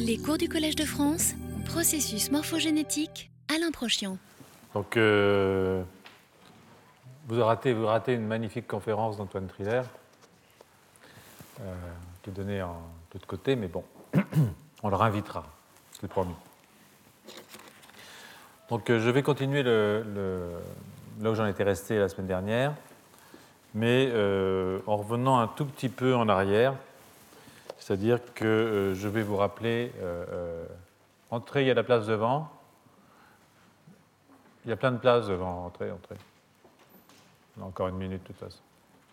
Les cours du Collège de France, processus morphogénétique, Alain Prochian. Donc, vous ratez une magnifique conférence d'Antoine Triller, qui est donnée de l'autre côté, mais bon, on le réinvitera, c'est promis. Donc, je vais continuer là où j'en étais resté la semaine dernière, mais en revenant un tout petit peu en arrière, c'est-à-dire que je vais vous rappeler, entrez, il y a la place devant. Il y a plein de places devant, entrez. On a encore une minute de toute façon.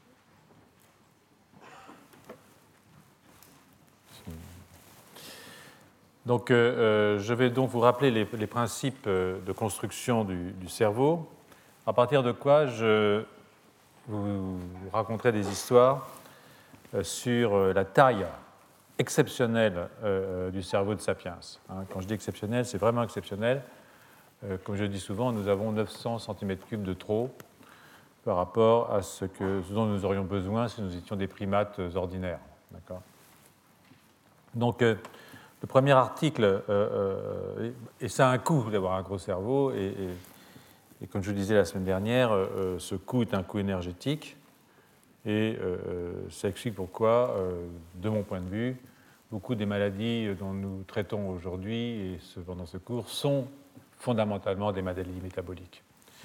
Donc, je vais donc vous rappeler les principes de construction du cerveau, à partir de quoi je vous raconterai des histoires sur la taille exceptionnelle du cerveau de Sapiens. Quand je dis exceptionnel, c'est vraiment exceptionnel. Comme je le dis souvent, nous avons 900 cm3 de trop par rapport à ce dont nous aurions besoin si nous étions des primates ordinaires. D'accord ? Donc, le premier article, et ça a un coût d'avoir un gros cerveau, et comme je le disais la semaine dernière, ce coût est un coût énergétique, et ça explique pourquoi, de mon point de vue, beaucoup des maladies dont nous traitons aujourd'hui et pendant ce cours sont fondamentalement des maladies métaboliques.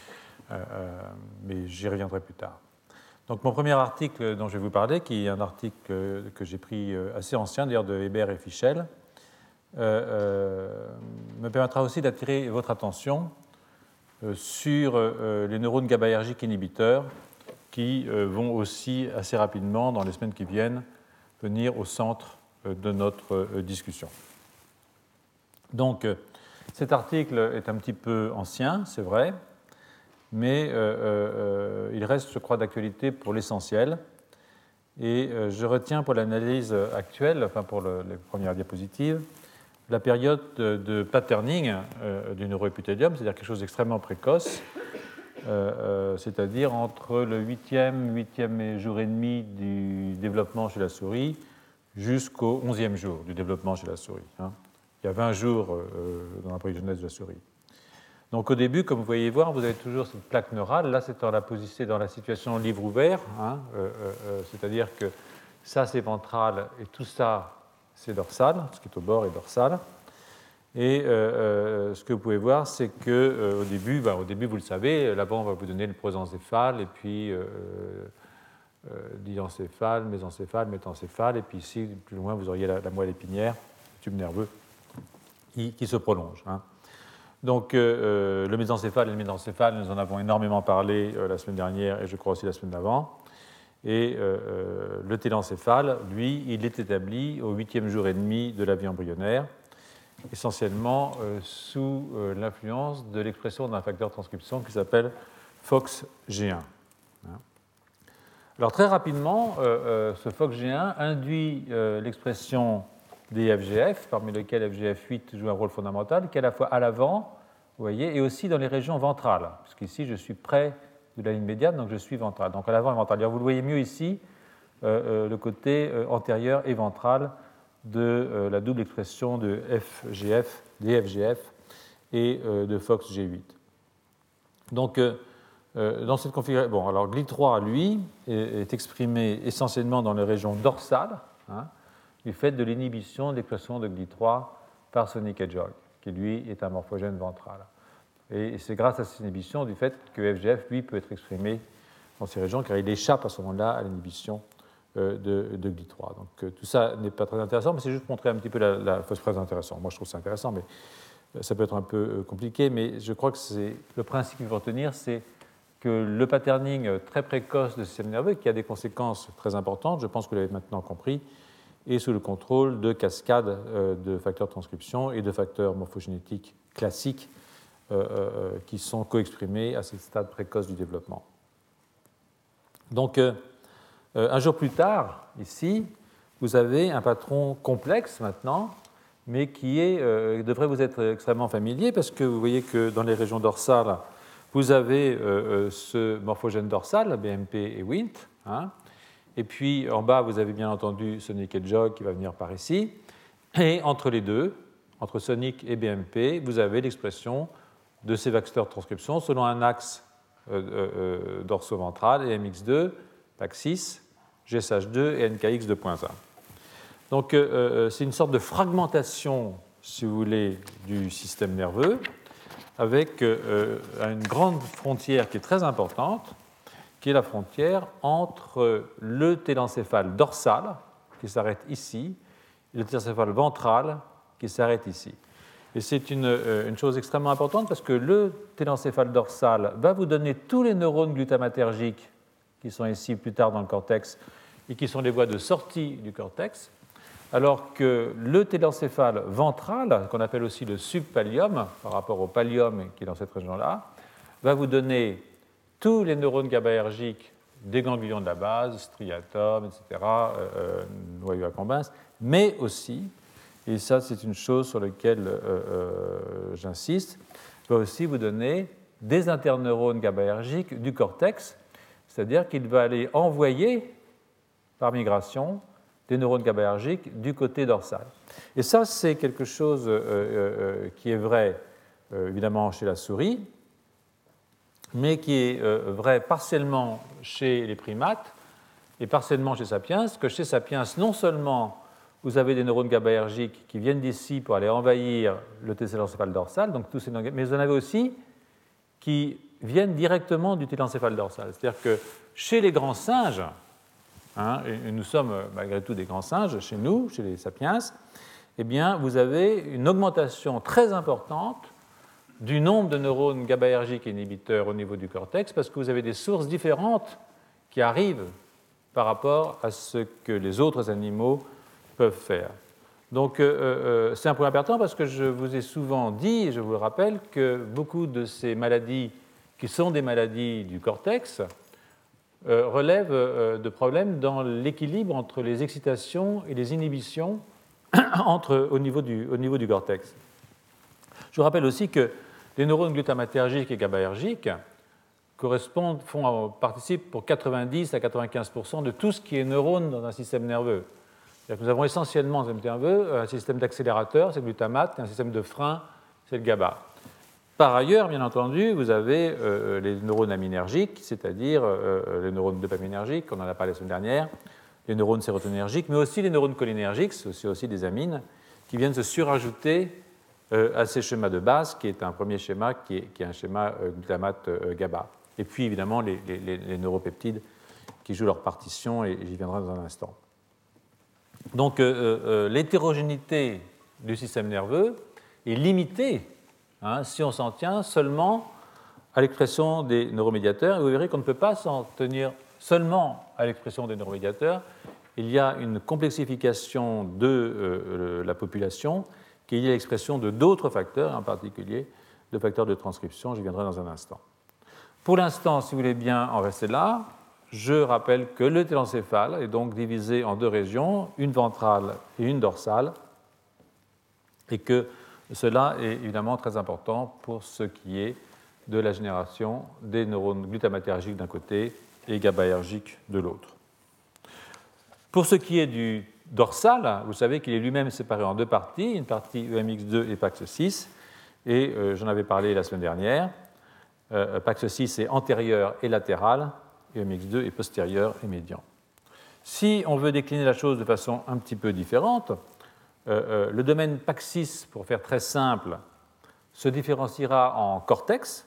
Mais j'y reviendrai plus tard. Donc, mon premier article dont je vais vous parler, qui est un article que j'ai pris assez ancien, d'ailleurs de Weber et Fischel, me permettra aussi d'attirer votre attention sur les neurones GABAergiques inhibiteurs qui vont aussi assez rapidement, dans les semaines qui viennent, venir au centre de notre discussion. Donc, cet article est un petit peu ancien, c'est vrai, mais il reste, je crois, d'actualité pour l'essentiel. Et je retiens pour l'analyse actuelle, enfin pour les premières diapositives, la période de patterning du neuroépithélium, c'est-à-dire quelque chose d'extrêmement précoce, c'est-à-dire entre le 8e jour et demi du développement chez la souris jusqu'au 11e jour du développement chez la souris. Il y a 20 jours dans l'embryogenèse de la souris. Donc au début, comme vous voyez voir, vous avez toujours cette plaque neurale. Là, c'est dans la situation livre ouvert, c'est-à-dire que ça, c'est ventral et tout ça, c'est dorsal. Ce qui est au bord est dorsal. Et ce que vous pouvez voir, c'est qu'au début, vous le savez, là-bas, on va vous donner le prosencéphale, et puis diencéphale, mésencéphale, métencéphale, et puis ici, plus loin, vous auriez la moelle épinière, le tube nerveux, qui se prolonge. Donc, le mésencéphale et le métencéphale, nous en avons énormément parlé la semaine dernière, et je crois aussi la semaine d'avant. Et le télencéphale, lui, il est établi au 8e jour et demi de la vie embryonnaire, essentiellement sous l'influence de l'expression d'un facteur de transcription qui s'appelle FOXG1. Alors très rapidement, ce FOXG1 induit l'expression des FGF, parmi lesquels FGF8 joue un rôle fondamental, qui est à la fois à l'avant, vous voyez, et aussi dans les régions ventrales, puisqu'ici je suis près de la ligne médiane, donc je suis ventral. Donc à l'avant et ventral. Alors, vous le voyez mieux ici, le côté antérieur et ventral de la double expression de FGF, des FGF et de FOXG8. Donc, dans cette configuration, bon, alors GLI3, lui, est exprimé essentiellement dans les régions dorsales, du fait de l'inhibition de l'expression de GLI3 par Sonic Hedgehog, qui lui est un morphogène ventral. Et c'est grâce à cette inhibition du fait que FGF, lui, peut être exprimé dans ces régions, car il échappe à ce moment-là à l'inhibition de GLI3. Donc tout ça n'est pas très intéressant, mais c'est juste pour montrer un petit peu la phosphorèse intéressante. Moi, je trouve ça intéressant, mais ça peut être un peu compliqué. Mais je crois que le principe qu'il faut retenir, c'est que le patterning très précoce du système nerveux, qui a des conséquences très importantes, je pense que vous l'avez maintenant compris, est sous le contrôle de cascades de facteurs de transcription et de facteurs morphogénétiques classiques qui sont co-exprimés à ce stade précoce du développement. Donc, un jour plus tard, ici, vous avez un patron complexe maintenant, mais qui devrait vous être extrêmement familier, parce que vous voyez que dans les régions dorsales, vous avez ce morphogène dorsal, BMP et Wnt, et puis en bas, vous avez bien entendu Sonic Hedgehog qui va venir par ici, Et entre les deux, entre sonic et BMP, vous avez l'expression de ces vecteurs de transcription selon un axe dorso-ventral et MX2, PAC6, GSH2 et NKX 2.1. Donc c'est une sorte de fragmentation, si vous voulez, du système nerveux, avec une grande frontière qui est très importante, qui est la frontière entre le télencéphale dorsal, qui s'arrête ici, et le télencéphale ventral, qui s'arrête ici. Et c'est une chose extrêmement importante parce que le télencéphale dorsal va vous donner tous les neurones glutamatergiques qui sont ici plus tard dans le cortex et qui sont les voies de sortie du cortex, alors que le télencéphale ventral, qu'on appelle aussi le subpallium, par rapport au pallium qui est dans cette région-là, va vous donner tous les neurones GABAergiques des ganglions de la base, striatum, etc., noyau accumbens, mais aussi, et ça c'est une chose sur laquelle j'insiste, va aussi vous donner des interneurones GABAergiques du cortex, c'est-à-dire qu'il va aller envoyer par migration des neurones GABAergiques du côté dorsal. Et ça, c'est quelque chose qui est vrai, évidemment, chez la souris, mais qui est vrai partiellement chez les primates et partiellement chez Sapiens, parce que chez Sapiens, non seulement vous avez des neurones GABAergiques qui viennent d'ici pour aller envahir le télencéphale dorsal, donc tous ces neurones, mais vous en avez aussi qui viennent directement du télencéphale dorsal. C'est-à-dire que chez les grands singes, et nous sommes malgré tout des grands singes chez nous, chez les sapiens, eh bien, vous avez une augmentation très importante du nombre de neurones GABAergiques inhibiteurs au niveau du cortex parce que vous avez des sources différentes qui arrivent par rapport à ce que les autres animaux peuvent faire. Donc, c'est un point important parce que je vous ai souvent dit, et je vous le rappelle, que beaucoup de ces maladies qui sont des maladies du cortex relève de problèmes dans l'équilibre entre les excitations et les inhibitions au niveau du cortex. Je vous rappelle aussi que les neurones glutamatergiques et GABAergiques participent pour 90 à 95% de tout ce qui est neurone dans un système nerveux. C'est-à-dire que nous avons essentiellement dans un système nerveux un système d'accélérateur, c'est le glutamate, et un système de frein, c'est le GABA. Par ailleurs, bien entendu, vous avez les neurones aminergiques, c'est-à-dire les neurones dopaminergiques, on en a parlé la semaine dernière, les neurones sérotoninergiques, mais aussi les neurones cholinergiques, c'est aussi des amines, qui viennent se surajouter à ces schémas de base, qui est un premier schéma, qui est un schéma glutamate-GABA. Et puis, évidemment, les neuropeptides qui jouent leur partition, et j'y viendrai dans un instant. Donc, l'hétérogénéité du système nerveux est limitée si on s'en tient seulement à l'expression des neuromédiateurs. Et vous verrez qu'on ne peut pas s'en tenir seulement à l'expression des neuromédiateurs. Il y a une complexification de la population qui est liée à l'expression de d'autres facteurs, en particulier de facteurs de transcription. J'y viendrai dans un instant. Pour l'instant, si vous voulez bien en rester là, je rappelle que le télencéphale est donc divisé en deux régions, une ventrale et une dorsale, et que cela est évidemment très important pour ce qui est de la génération des neurones glutamatergiques d'un côté et GABAergiques de l'autre. Pour ce qui est du dorsal, vous savez qu'il est lui-même séparé en deux parties, une partie EMX2 et PAX6, et j'en avais parlé la semaine dernière. PAX6 est antérieur et latéral, EMX2 est postérieur et médian. Si on veut décliner la chose de façon un petit peu différente, le domaine PAX6, pour faire très simple, se différenciera en cortex,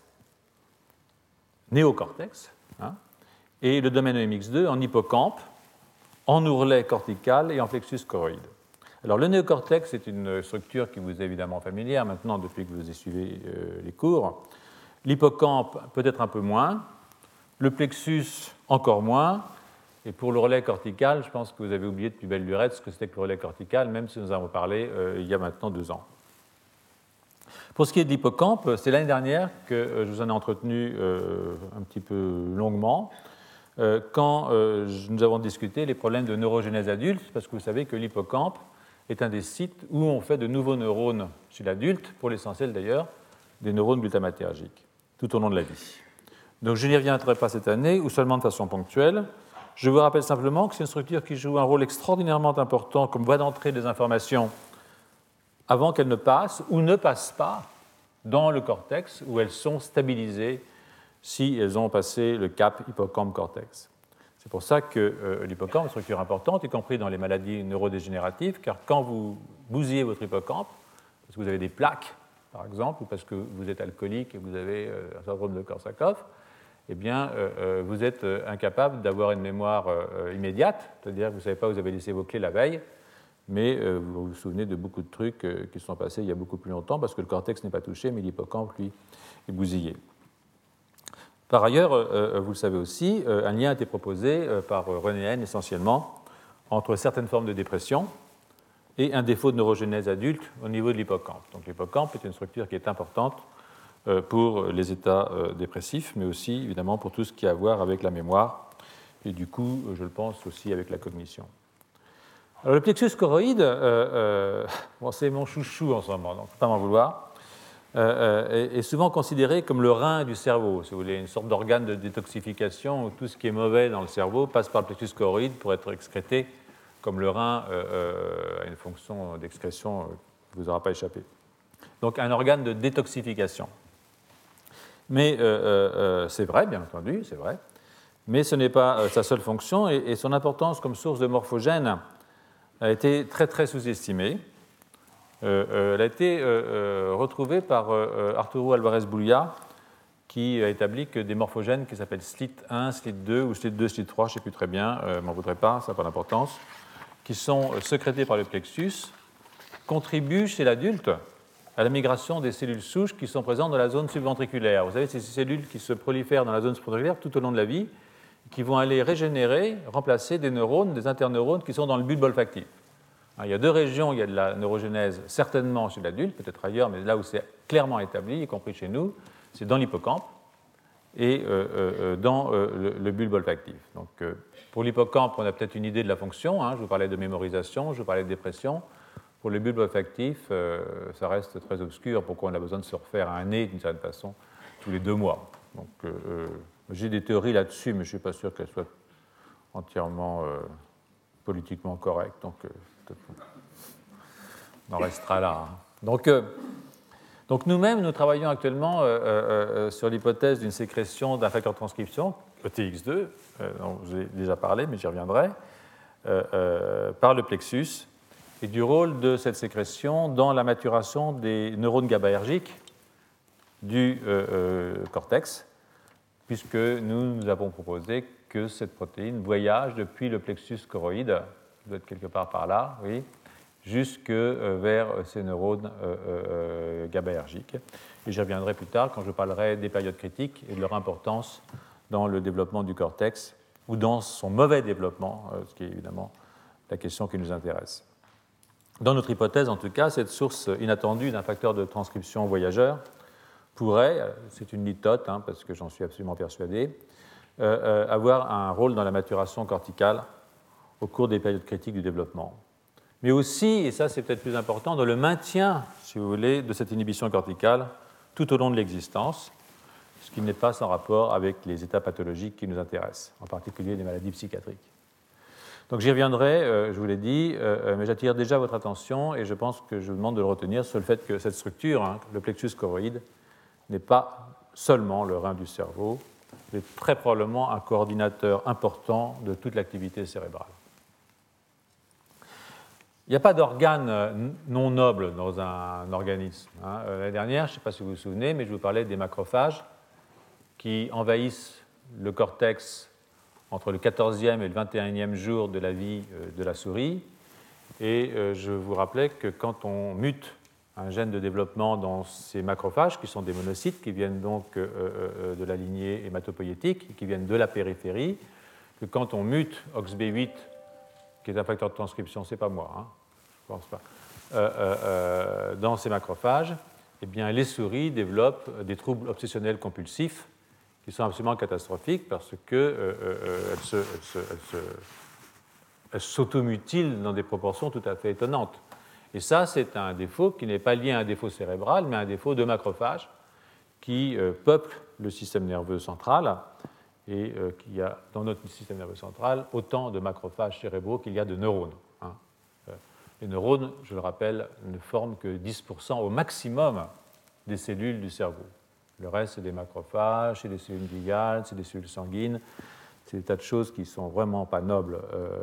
néocortex, et le domaine EMX2 en hippocampe, en ourlet cortical et en plexus choroïde. Alors, le néocortex est une structure qui vous est évidemment familière maintenant depuis que vous suivez les cours. L'hippocampe peut-être un peu moins, le plexus encore moins. Et pour le relais cortical, je pense que vous avez oublié depuis belle lurette ce que c'était que le relais cortical, même si nous en avons parlé il y a maintenant 2 ans. Pour ce qui est de l'hippocampe, c'est l'année dernière que je vous en ai entretenu un petit peu longuement, quand nous avons discuté les problèmes de neurogénèse adulte, parce que vous savez que l'hippocampe est un des sites où on fait de nouveaux neurones chez l'adulte, pour l'essentiel d'ailleurs, des neurones glutamatergiques, tout au long de la vie. Donc je n'y reviendrai pas cette année, ou seulement de façon ponctuelle. Je vous rappelle simplement que c'est une structure qui joue un rôle extraordinairement important comme voie d'entrée des informations avant qu'elles ne passent ou ne passent pas dans le cortex où elles sont stabilisées si elles ont passé le cap hippocampe-cortex. C'est pour ça que l'hippocampe est une structure importante, y compris dans les maladies neurodégénératives, car quand vous bousillez votre hippocampe, parce que vous avez des plaques, par exemple, ou parce que vous êtes alcoolique et vous avez un syndrome de Korsakoff, eh bien, vous êtes incapable d'avoir une mémoire immédiate, c'est-à-dire que vous ne savez pas où vous avez laissé vos clés la veille, mais vous vous souvenez de beaucoup de trucs qui se sont passés il y a beaucoup plus longtemps, parce que le cortex n'est pas touché, mais l'hippocampe, lui, est bousillé. Par ailleurs, vous le savez aussi, un lien a été proposé par René Haine essentiellement entre certaines formes de dépression et un défaut de neurogénèse adulte au niveau de l'hippocampe. Donc l'hippocampe est une structure qui est importante pour les états dépressifs, mais aussi évidemment pour tout ce qui a à voir avec la mémoire et du coup, je le pense aussi avec la cognition. Alors, le plexus choroïde, bon, c'est mon chouchou en ce moment, donc pas m'en vouloir. Est souvent considéré comme le rein du cerveau, si vous voulez, une sorte d'organe de détoxification où tout ce qui est mauvais dans le cerveau passe par le plexus choroïde pour être excrété, comme le rein a une fonction d'excrétion qui ne vous aura pas échappé. Donc un organe de détoxification. Mais c'est vrai, bien entendu, c'est vrai, mais ce n'est pas sa seule fonction et son importance comme source de morphogène a été très très sous-estimée. Elle a été retrouvée par Arturo Alvarez-Boulia, qui a établi que des morphogènes qui s'appellent SLIT1, SLIT2 ou SLIT2, SLIT3, je ne sais plus très bien, je ne m'en voudrais pas, ça n'a pas d'importance, qui sont sécrétés par le plexus, contribuent chez l'adulte à la migration des cellules souches qui sont présentes dans la zone subventriculaire. Vous savez, c'est ces cellules qui se prolifèrent dans la zone subventriculaire tout au long de la vie, qui vont aller régénérer, remplacer des neurones, des interneurones qui sont dans le bulbe olfactif. Il y a deux régions où il y a de la neurogénèse, certainement chez l'adulte, peut-être ailleurs, mais là où c'est clairement établi, y compris chez nous, c'est dans l'hippocampe et dans le bulbe olfactif. Donc, pour l'hippocampe, on a peut-être une idée de la fonction. Je vous parlais de mémorisation, je vous parlais de dépression. Pour le bulbe olfactif, ça reste très obscur. Pourquoi on a besoin de se refaire un nez, d'une certaine façon, tous les 2 mois. Donc, j'ai des théories là-dessus, mais je ne suis pas sûr qu'elles soient entièrement politiquement correctes. Donc, on en restera là. Donc nous-mêmes, nous travaillons actuellement sur l'hypothèse d'une sécrétion d'un facteur de transcription, ETX2, dont j'ai déjà parlé, mais j'y reviendrai, par le plexus, et du rôle de cette sécrétion dans la maturation des neurones GABAergiques du cortex, puisque nous avons proposé que cette protéine voyage depuis le plexus choroïde, doit être quelque part par là, oui, jusque vers ces neurones GABAergiques. Et j'y reviendrai plus tard quand je parlerai des périodes critiques et de leur importance dans le développement du cortex ou dans son mauvais développement, ce qui est évidemment la question qui nous intéresse. Dans notre hypothèse, en tout cas, cette source inattendue d'un facteur de transcription voyageur pourrait, c'est une litote, parce que j'en suis absolument persuadé, avoir un rôle dans la maturation corticale au cours des périodes critiques du développement. Mais aussi, et ça c'est peut-être plus important, dans le maintien, si vous voulez, de cette inhibition corticale tout au long de l'existence, ce qui n'est pas sans rapport avec les états pathologiques qui nous intéressent, en particulier les maladies psychiatriques. Donc j'y reviendrai, je vous l'ai dit, mais j'attire déjà votre attention et je pense que je vous demande de le retenir sur le fait que cette structure, le plexus choroïde, n'est pas seulement le rein du cerveau, mais très probablement un coordinateur important de toute l'activité cérébrale. Il n'y a pas d'organe non noble dans un organisme. L'année dernière, je ne sais pas si vous vous souvenez, mais je vous parlais des macrophages qui envahissent le cortex entre le 14e et le 21e jour de la vie de la souris. Et je vous rappelais que quand on mute un gène de développement dans ces macrophages, qui sont des monocytes, qui viennent donc de la lignée hématopoïétique, qui viennent de la périphérie, que quand on mute OXB8, qui est un facteur de transcription, c'est pas moi, je pense pas, dans ces macrophages, eh bien, les souris développent des troubles obsessionnels compulsifs qui sont absolument catastrophiques parce qu'elles s'automutilent dans des proportions tout à fait étonnantes. Et ça, c'est un défaut qui n'est pas lié à un défaut cérébral, mais à un défaut de macrophages qui peuplent le système nerveux central et qu'il y a dans notre système nerveux central autant de macrophages cérébraux qu'il y a de neurones. Les neurones, je le rappelle, ne forment que 10% au maximum des cellules du cerveau. Le reste, c'est des macrophages, c'est des cellules gliales, c'est des cellules sanguines, c'est des tas de choses qui ne sont vraiment pas nobles,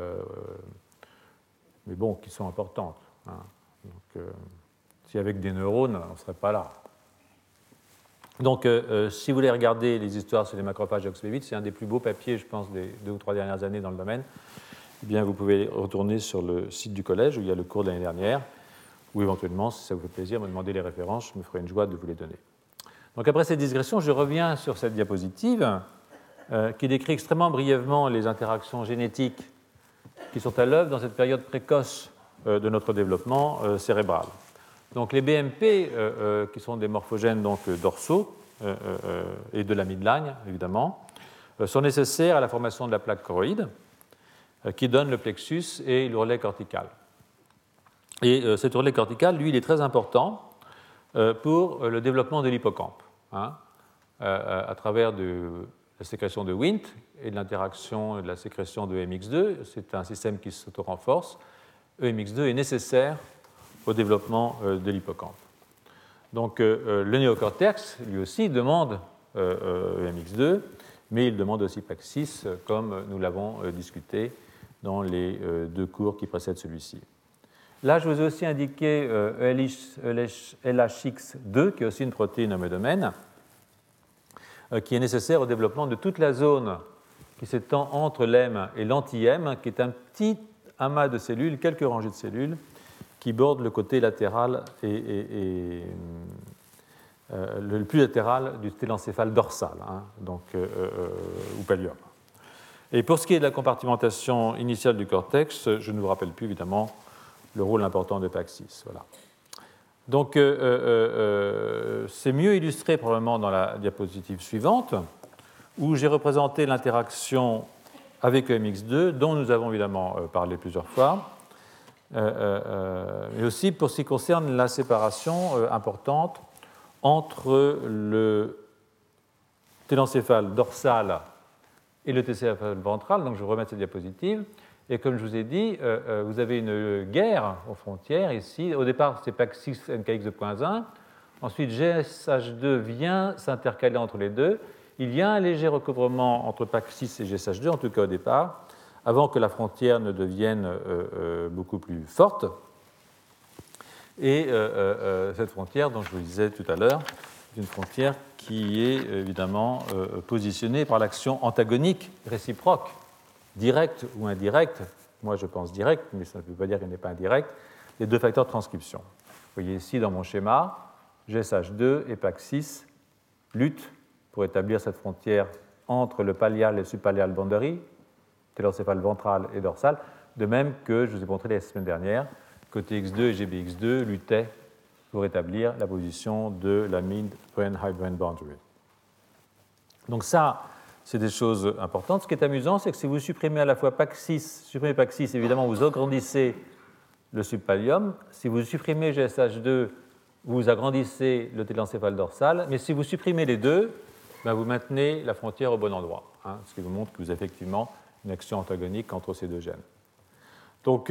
mais bon, qui sont importantes. Hein. Donc, si avec des neurones, on ne serait pas là. Donc, si vous voulez regarder les histoires sur les macrophages d'Oxley-Vite, c'est un des plus beaux papiers, je pense, des 2 ou 3 dernières années dans le domaine. Eh bien, vous pouvez retourner sur le site du collège où il y a le cours de l'année dernière, ou éventuellement, si ça vous fait plaisir, me demander les références, je me ferai une joie de vous les donner. Donc, après cette digression, je reviens sur cette diapositive qui décrit extrêmement brièvement les interactions génétiques qui sont à l'œuvre dans cette période précoce de notre développement cérébral. Donc, les BMP, qui sont des morphogènes donc, dorsaux et de la midline, évidemment, sont nécessaires à la formation de la plaque choroïde qui donne le plexus et l'ourlet cortical. Et cet ourlet cortical, lui, il est très important pour le développement de l'hippocampe, hein, à travers la sécrétion de Wnt et de l'interaction de la sécrétion de EMX2. C'est un système qui s'auto-renforce. EMX2 est nécessaire au développement de l'hippocampe. Donc le néocortex, lui aussi, demande EMX2, mais il demande aussi PAX6, comme nous l'avons discuté dans les 2 cours qui précèdent celui-ci. Là, je vous ai aussi indiqué LHX2, qui est aussi une protéine homéodomaine, qui est nécessaire au développement de toute la zone qui s'étend entre l'hème et l'anti-hème, qui est un petit amas de cellules, quelques rangées de cellules, qui bordent le côté latéral et le plus latéral du télencéphale dorsal, hein, donc, ou pallium. Et pour ce qui est de la compartimentation initiale du cortex, je ne vous rappelle plus évidemment le rôle important de PAX6. Voilà. Donc, c'est mieux illustré probablement dans la diapositive suivante, où j'ai représenté l'interaction avec EMX2, dont nous avons évidemment parlé plusieurs fois, mais aussi pour ce qui concerne la séparation importante entre le télencéphale dorsal et le télencéphale ventral. Donc, je vais remettre cette diapositive. Et comme je vous ai dit, vous avez une guerre aux frontières ici. Au départ, c'est PAX6 NKX2.1. Ensuite, GSH2 vient s'intercaler entre les deux. Il y a un léger recouvrement entre PAX6 et GSH2, en tout cas au départ, avant que la frontière ne devienne beaucoup plus forte. Et cette frontière, dont je vous le disais tout à l'heure, est une frontière qui est évidemment positionnée par l'action antagonique réciproque, directe ou indirecte. Moi, je pense direct, mais ça ne veut pas dire qu'il n'est pas indirect, les 2 facteurs de transcription. Vous voyez ici dans mon schéma, GSH2 et PAX6 luttent pour établir cette frontière entre le pallial et le subpallial boundary, télencéphale ventral et dorsal, de même que, je vous ai montré la semaine dernière, que TX2 et GBX2 luttaient pour établir la position de la mid-brain-high brain boundary. Donc ça, c'est des choses importantes. Ce qui est amusant, c'est que si vous supprimez à la fois PAX6, évidemment, vous agrandissez le subpallium. Si vous supprimez GSH2, vous agrandissez le télencéphale dorsal. Mais si vous supprimez les deux, ben vous maintenez la frontière au bon endroit, hein, ce qui vous montre que vous avez effectivement une action antagonique entre ces deux gènes. Donc,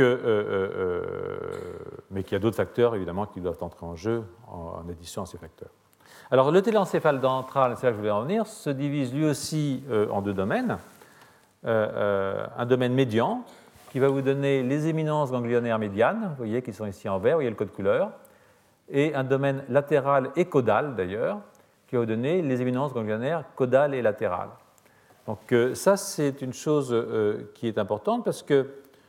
mais qu'il y a d'autres facteurs, évidemment, qui doivent entrer en jeu en addition à ces facteurs. Alors, le télencéphale ventral, c'est là que je voulais en venir, se divise lui aussi en 2 domaines. Un domaine médian, qui va vous donner les éminences ganglionnaires médianes, vous voyez, qui sont ici en vert, vous voyez le code couleur, et un domaine latéral et caudal, d'ailleurs, qui va vous donner les éminences ganglionnaires caudales et latérales. Donc, ça, c'est une chose qui est importante, parce que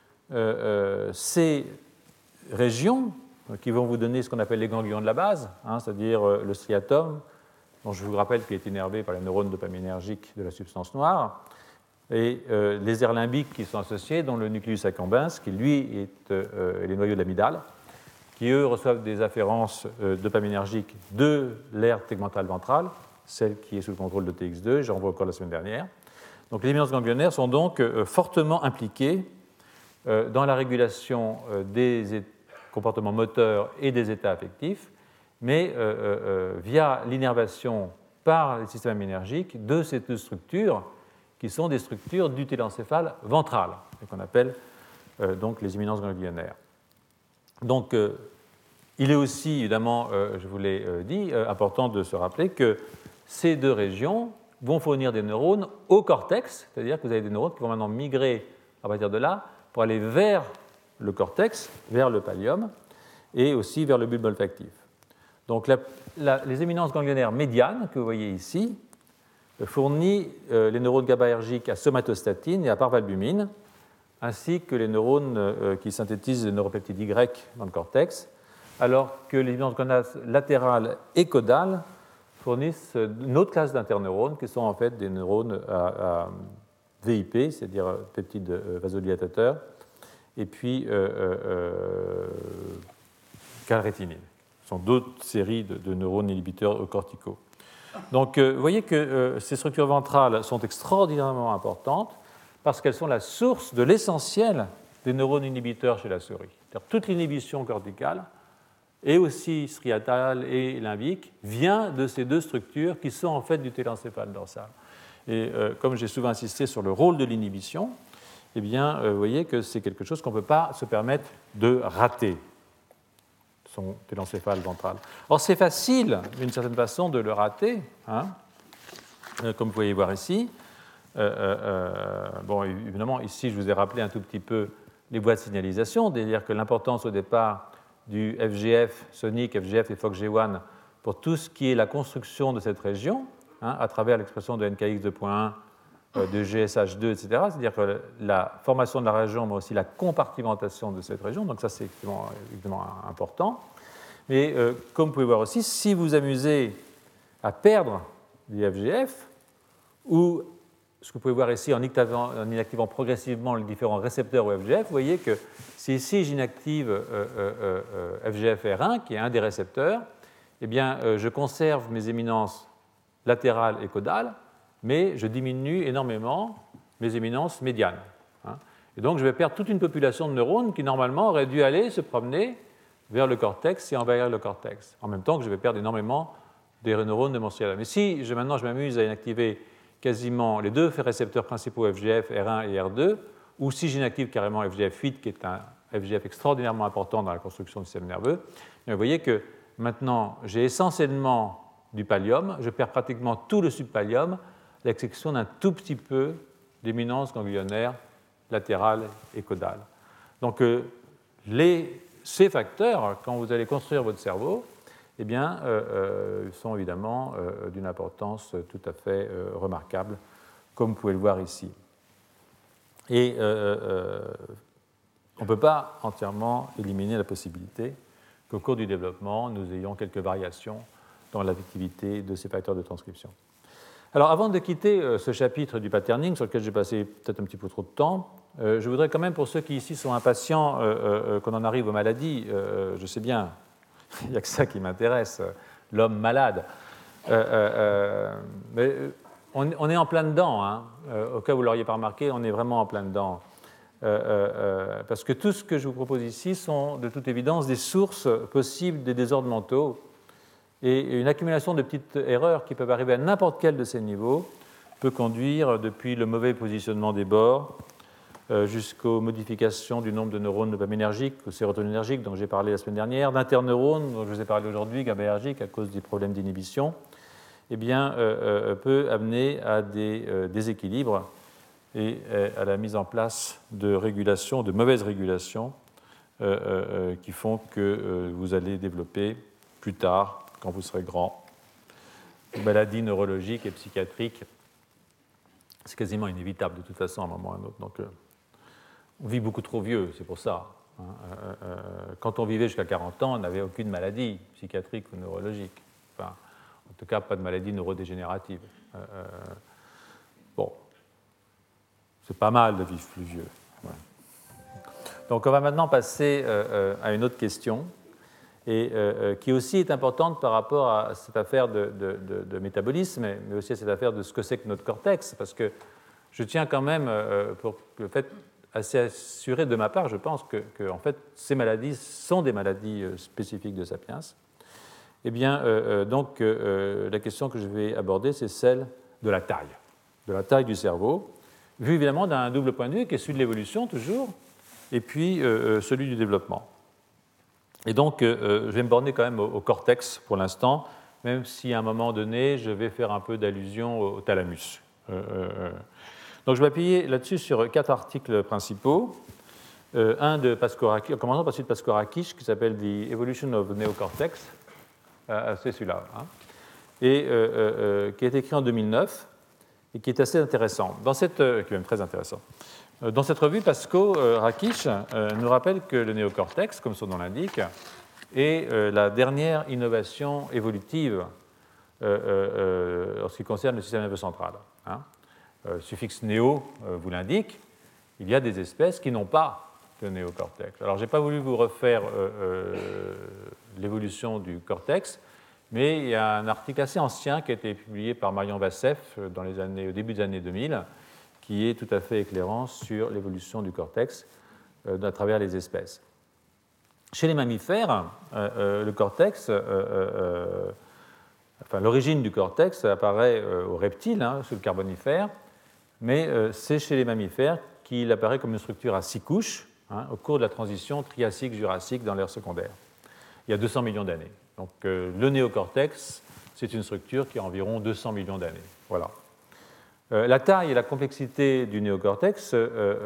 ces régions qui vont vous donner ce qu'on appelle les ganglions de la base, hein, c'est-à-dire le striatum, dont je vous rappelle qu'il est innervé par les neurones dopaminergiques de la substance noire, et les aires limbiques qui sont associées, dont le nucléus accumbens, qui lui est les noyaux de l'amygdale, qui eux reçoivent des afférences dopaminergiques de l'aire tegmentale ventrale, celle qui est sous le contrôle de TX2, j'en vois encore la semaine dernière. Donc les éminences ganglionnaires sont donc fortement impliquées dans la régulation des comportements moteurs et des états affectifs, mais via l'innervation par les systèmes aminergiques de ces 2 structures qui sont des structures du télencéphale ventral, et qu'on appelle donc les éminences ganglionnaires. Donc, il est aussi, évidemment, je vous l'ai dit, important de se rappeler que ces deux régions vont fournir des neurones au cortex, c'est-à-dire que vous avez des neurones qui vont maintenant migrer à partir de là pour aller vers le cortex, vers le pallium, et aussi vers le bulbe olfactif. Donc les éminences ganglionnaires médianes que vous voyez ici fournissent les neurones GABAergiques à somatostatine et à parvalbumine, ainsi que les neurones qui synthétisent les neuropeptides Y dans le cortex, alors que les éminences ganglionnaires latérales et caudales fournissent une autre classe d'interneurones qui sont en fait des neurones à VIP, c'est-à-dire peptides vasodilatateurs, et puis calrétinine. Ce sont d'autres séries de neurones inhibiteurs corticaux. Donc, vous voyez que ces structures ventrales sont extraordinairement importantes parce qu'elles sont la source de l'essentiel des neurones inhibiteurs chez la souris. C'est-à-dire toute l'inhibition corticale, et aussi striatale et limbique, vient de ces deux structures qui sont en fait du télencéphale dorsal. Et comme j'ai souvent insisté sur le rôle de l'inhibition, eh bien, vous voyez que c'est quelque chose qu'on ne peut pas se permettre de rater, son télencéphale ventral. Or, c'est facile, d'une certaine façon, de le rater, hein, comme vous pouvez voir ici. Bon, évidemment, ici, je vous ai rappelé un tout petit peu les voies de signalisation, c'est-à-dire que l'importance au départ du FGF sonique, FGF et FOXG1 pour tout ce qui est la construction de cette région, hein, à travers l'expression de NKX 2.1, de GSH2, etc. C'est-à-dire que la formation de la région, mais aussi la compartimentation de cette région, donc ça c'est évidemment important. Mais comme vous pouvez voir aussi, si vous amusez à perdre du FGF, ou ce que vous pouvez voir ici en inactivant progressivement les différents récepteurs au FGF, vous voyez que si ici j'inactive FGFR1, qui est un des récepteurs, eh bien, je conserve mes éminences latérales et caudales, mais je diminue énormément mes éminences médianes. Hein. Et donc, je vais perdre toute une population de neurones qui, normalement, auraient dû aller se promener vers le cortex et envahir le cortex, en même temps que je vais perdre énormément des neurones de mon striatum. Mais si maintenant je m'amuse à inactiver quasiment les deux récepteurs principaux FGF, R1 et R2, ou si j'inactive carrément FGF8, qui est un FGF extraordinairement important dans la construction du système nerveux, vous voyez que maintenant, j'ai essentiellement du pallium, je perds pratiquement tout le subpallium, à l'exception d'un tout petit peu d'éminence ganglionnaire latérale et caudale. Donc, ces facteurs, quand vous allez construire votre cerveau, eh bien, sont évidemment d'une importance tout à fait remarquable, comme vous pouvez le voir ici. Et on ne peut pas entièrement éliminer la possibilité qu'au cours du développement, nous ayons quelques variations dans l'affectivité de ces facteurs de transcription. Alors, avant de quitter ce chapitre du patterning, sur lequel j'ai passé peut-être un petit peu trop de temps, je voudrais quand même, pour ceux qui ici sont impatients qu'on en arrive aux maladies, je sais bien, il n'y a que ça qui m'intéresse, l'homme malade. Mais on est en plein dedans, hein. Au cas où vous ne l'auriez pas remarqué, on est vraiment en plein dedans. Parce que tout ce que je vous propose ici sont de toute évidence des sources possibles des désordres mentaux. Et une accumulation de petites erreurs qui peuvent arriver à n'importe quel de ces niveaux peut conduire, depuis le mauvais positionnement des bords jusqu'aux modifications du nombre de neurones dopaminergiques ou sérotoninergiques dont j'ai parlé la semaine dernière, d'interneurones dont je vous ai parlé aujourd'hui, GABAergiques à cause des problèmes d'inhibition, eh bien, peut amener à des déséquilibres et à la mise en place de régulations, de mauvaises régulations qui font que vous allez développer plus tard, quand vous serez grand, des maladies neurologiques et psychiatriques. C'est quasiment inévitable de toute façon à un moment ou à un autre. Donc, on vit beaucoup trop vieux, c'est pour ça. Quand on vivait jusqu'à 40 ans, on n'avait aucune maladie psychiatrique ou neurologique. Enfin, en tout cas, pas de maladie neurodégénérative. Bon, c'est pas mal de vivre plus vieux. Ouais. Donc, on va maintenant passer à une autre question, et qui aussi est importante par rapport à cette affaire de métabolisme, mais aussi à cette affaire de ce que c'est que notre cortex, parce que je tiens quand même, pour le fait assez assuré de ma part, je pense que en fait, ces maladies sont des maladies spécifiques de Sapiens. Eh bien, donc, la question que je vais aborder, c'est celle de la taille du cerveau, vue évidemment d'un double point de vue, qui est celui de l'évolution toujours, et puis celui du développement. Et donc, je vais me borner quand même au cortex pour l'instant, même si à un moment donné, je vais faire un peu d'allusion au thalamus. Donc, je vais appuyer là-dessus sur 4 articles principaux. Un de Paskorakis, en commençant par celui de Paskorakis, qui s'appelle The Evolution of the Neocortex. C'est celui-là. Hein, et qui a été écrit en 2009 et qui est assez intéressant. Qui est même très intéressant. Dans cette revue, Pasko-Rakic nous rappelle que le néocortex, comme son nom l'indique, est la dernière innovation évolutive en ce qui concerne le système nerveux central. Hein. Le suffixe néo vous l'indique, il y a des espèces qui n'ont pas de néocortex. Alors, je n'ai pas voulu vous refaire l'évolution du cortex, mais il y a un article assez ancien qui a été publié par Marion Vassef au début des années 2000, qui est tout à fait éclairant sur l'évolution du cortex à travers les espèces. Chez les mammifères, le cortex, l'origine du cortex apparaît aux reptiles, sous le Carbonifère, mais c'est chez les mammifères qu'il apparaît comme une structure à 6 couches au cours de la transition Triassique-Jurassique dans l'ère secondaire, il y a 200 millions d'années. Donc le néocortex, c'est une structure qui a environ 200 millions d'années. Voilà. La taille et la complexité du néocortex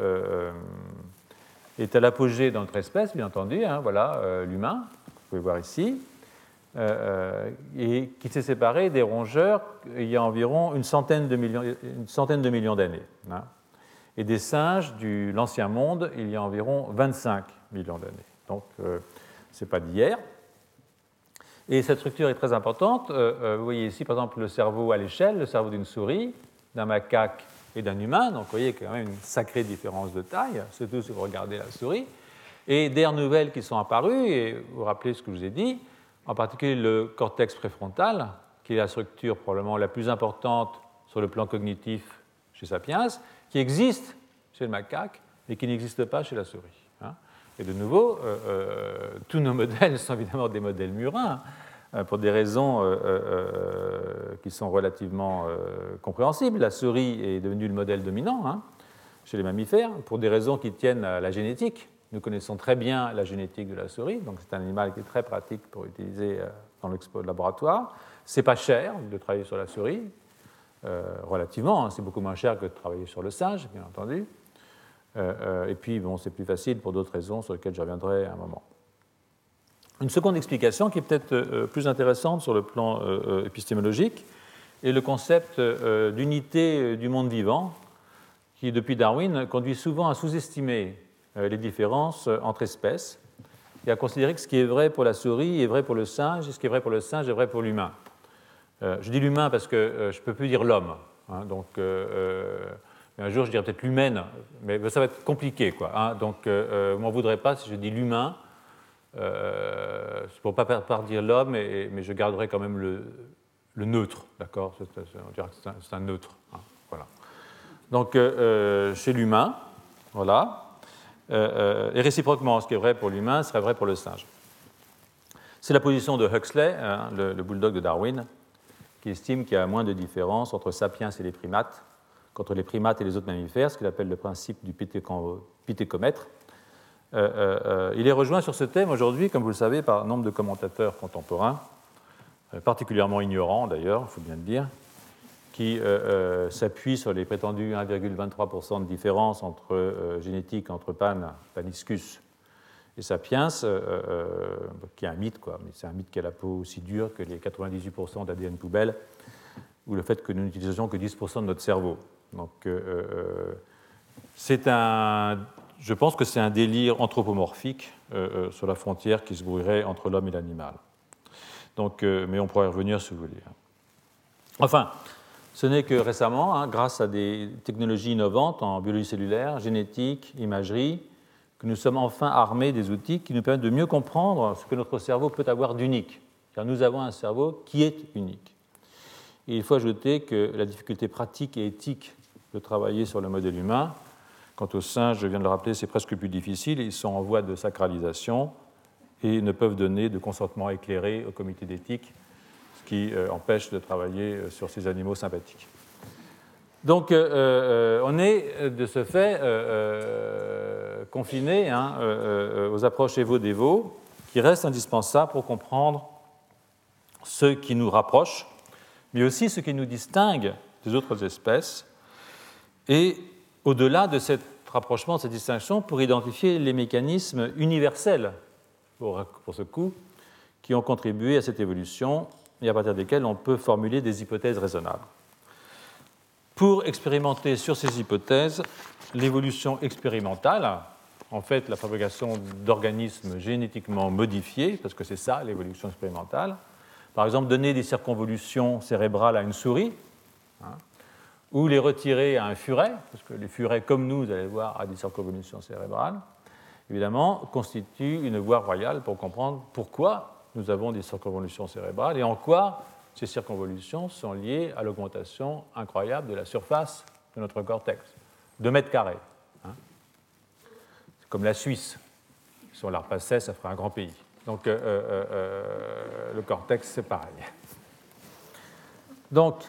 est à l'apogée dans notre espèce, bien entendu. Voilà l'humain, vous pouvez voir ici, et qui s'est séparé des rongeurs il y a environ une centaine de millions d'années. Et des singes de l'Ancien Monde, il y a environ 25 millions d'années. Donc, ce n'est pas d'hier. Et cette structure est très importante. Vous voyez ici, par exemple, le cerveau à l'échelle, le cerveau d'une souris, d'un macaque et d'un humain. Donc, vous voyez qu'il y a quand même une sacrée différence de taille, surtout si vous regardez la souris. Et d'aires nouvelles qui sont apparues, et vous vous rappelez ce que je vous ai dit, en particulier le cortex préfrontal, qui est la structure probablement la plus importante sur le plan cognitif chez Sapiens, qui existe chez le macaque, mais qui n'existe pas chez la souris. Et de nouveau, tous nos modèles sont évidemment des modèles murins, pour des raisons qui sont relativement compréhensibles. La souris est devenue le modèle dominant chez les mammifères, pour des raisons qui tiennent à la génétique. Nous connaissons très bien la génétique de la souris, donc c'est un animal qui est très pratique pour utiliser dans le laboratoire. Ce n'est pas cher de travailler sur la souris, relativement, c'est beaucoup moins cher que de travailler sur le singe, bien entendu. Et puis, c'est plus facile pour d'autres raisons sur lesquelles je reviendrai à un moment. Une seconde explication qui est peut-être plus intéressante sur le plan épistémologique est le concept d'unité du monde vivant qui, depuis Darwin, conduit souvent à sous-estimer les différences entre espèces et à considérer que ce qui est vrai pour la souris est vrai pour le singe et ce qui est vrai pour le singe est vrai pour l'humain. Je dis l'humain parce que je ne peux plus dire l'homme. Donc, un jour, je dirais peut-être l'humaine, mais ça va être compliqué. Donc, je m'en voudrais pas si je dis l'humain. C'est pour ne pas dire l'homme, mais je garderai quand même le neutre. D'accord, on dirait que c'est un neutre. Voilà. Donc, chez l'humain, voilà. Et réciproquement, ce qui est vrai pour l'humain serait vrai pour le singe. C'est la position de Huxley, le bulldog de Darwin, qui estime qu'il y a moins de différence entre sapiens et les primates qu'entre les primates et les autres mammifères, ce qu'il appelle le principe du pithécomètre. Il est rejoint sur ce thème aujourd'hui, comme vous le savez, par nombre de commentateurs contemporains, particulièrement ignorants d'ailleurs, il faut bien le dire, qui s'appuient sur les prétendus 1,23% de différence génétique entre Paniscus et Sapiens, qui est un mythe, mais c'est un mythe qui a la peau aussi dure que les 98% d'ADN poubelle, ou le fait que nous n'utilisions que 10% de notre cerveau. Donc, je pense que c'est un délire anthropomorphique sur la frontière qui se brouillerait entre l'homme et l'animal. Donc, mais on pourra y revenir si vous voulez. Enfin, ce n'est que récemment, grâce à des technologies innovantes en biologie cellulaire, génétique, imagerie, que nous sommes enfin armés des outils qui nous permettent de mieux comprendre ce que notre cerveau peut avoir d'unique. Car nous avons un cerveau qui est unique. Et il faut ajouter que la difficulté pratique et éthique de travailler sur le modèle humain, quant aux singes, je viens de le rappeler, c'est presque plus difficile. Ils sont en voie de sacralisation et ne peuvent donner de consentement éclairé au comité d'éthique, ce qui empêche de travailler sur ces animaux sympathiques. Donc, on est de ce fait confiné aux approches évo-dévo, qui reste indispensable pour comprendre ce qui nous rapproche, mais aussi ce qui nous distingue des autres espèces, et au-delà de cet rapprochement, de cette distinction, pour identifier les mécanismes universels, pour ce coup, qui ont contribué à cette évolution et à partir desquels on peut formuler des hypothèses raisonnables. Pour expérimenter sur ces hypothèses l'évolution expérimentale, en fait la fabrication d'organismes génétiquement modifiés, parce que c'est ça l'évolution expérimentale, par exemple donner des circonvolutions cérébrales à une souris, ou les retirer à un furet, parce que les furets, comme nous, vous allez voir, ont des circonvolutions cérébrales, évidemment, constituent une voie royale pour comprendre pourquoi nous avons des circonvolutions cérébrales et en quoi ces circonvolutions sont liées à l'augmentation incroyable de la surface de notre cortex, 2 mètres carrés. C'est comme la Suisse. Si on la repassait, ça ferait un grand pays. Donc, le cortex, c'est pareil. Donc,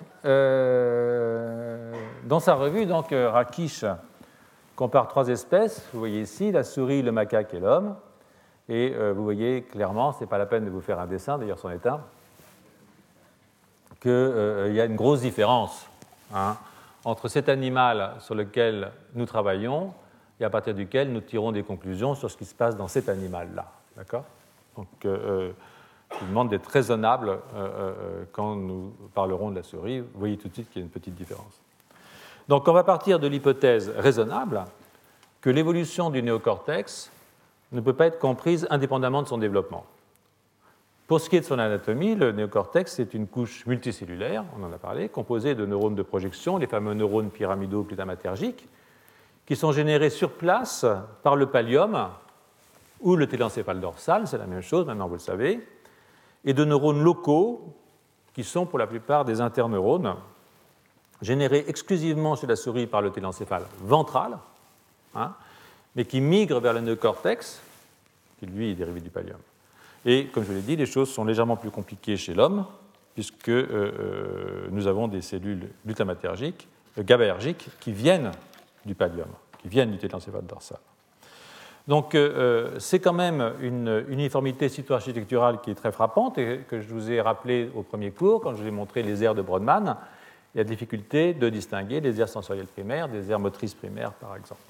dans sa revue, Rakish compare 3 espèces. Vous voyez ici la souris, le macaque et l'homme. Et vous voyez clairement, ce n'est pas la peine de vous faire un dessin, d'ailleurs c'en est un, qu'il y a une grosse différence entre cet animal sur lequel nous travaillons et à partir duquel nous tirons des conclusions sur ce qui se passe dans cet animal-là. D'accord ? Donc, je vous demande d'être raisonnable quand nous parlerons de la souris. Vous voyez tout de suite qu'il y a une petite différence. Donc, on va partir de l'hypothèse raisonnable que l'évolution du néocortex ne peut pas être comprise indépendamment de son développement. Pour ce qui est de son anatomie, le néocortex est une couche multicellulaire, on en a parlé, composée de neurones de projection, les fameux neurones pyramidaux glutamatergiques, qui sont générés sur place par le pallium ou le téléncéphale dorsal, c'est la même chose, maintenant vous le savez, et de neurones locaux, qui sont pour la plupart des interneurones, générés exclusivement chez la souris par le téléncéphale ventral, mais qui migrent vers le néocortex, qui lui est dérivé du pallium. Et comme je l'ai dit, les choses sont légèrement plus compliquées chez l'homme, puisque nous avons des cellules glutamatergiques, GABAergiques, qui viennent du pallium, qui viennent du téléncéphale dorsal. Donc c'est quand même une uniformité cytoarchitecturale qui est très frappante et que je vous ai rappelé au premier cours, quand je vous ai montré les aires de Brodmann. Il y a difficulté de distinguer les aires sensorielles primaires des aires motrices primaires, par exemple.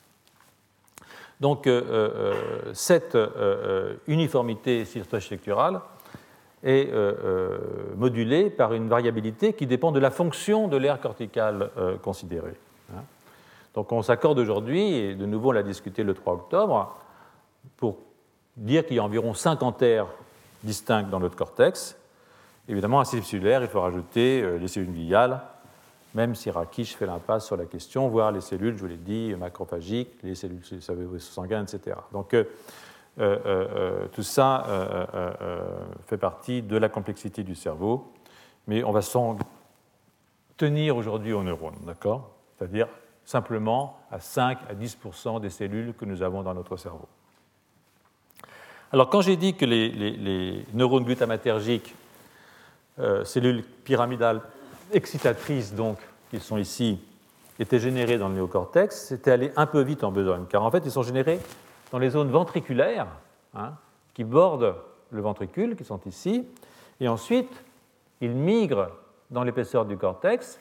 Donc, cette uniformité cytoarchitecturale est modulée par une variabilité qui dépend de la fonction de l'aire corticale considérée. Donc, on s'accorde aujourd'hui, et de nouveau on l'a discuté le 3 octobre, pour dire qu'il y a environ 50 aires distinctes dans notre cortex. Évidemment, à ces cellules cellulaires, il faut rajouter les cellules gliales, même si Rakish fait l'impasse sur la question, voire les cellules, je vous l'ai dit, macrophagiques, les cellules sanguines, etc. Donc, tout ça fait partie de la complexité du cerveau, mais on va s'en tenir aujourd'hui aux neurones, d'accord ? C'est-à-dire simplement à 5 à 10% des cellules que nous avons dans notre cerveau. Alors, quand j'ai dit que les neurones glutamatergiques, cellules pyramidales excitatrices, donc, qui sont ici, étaient générées dans le néocortex, c'était aller un peu vite en besogne, car en fait, ils sont générés dans les zones ventriculaires qui bordent le ventricule, qui sont ici, et ensuite, ils migrent dans l'épaisseur du cortex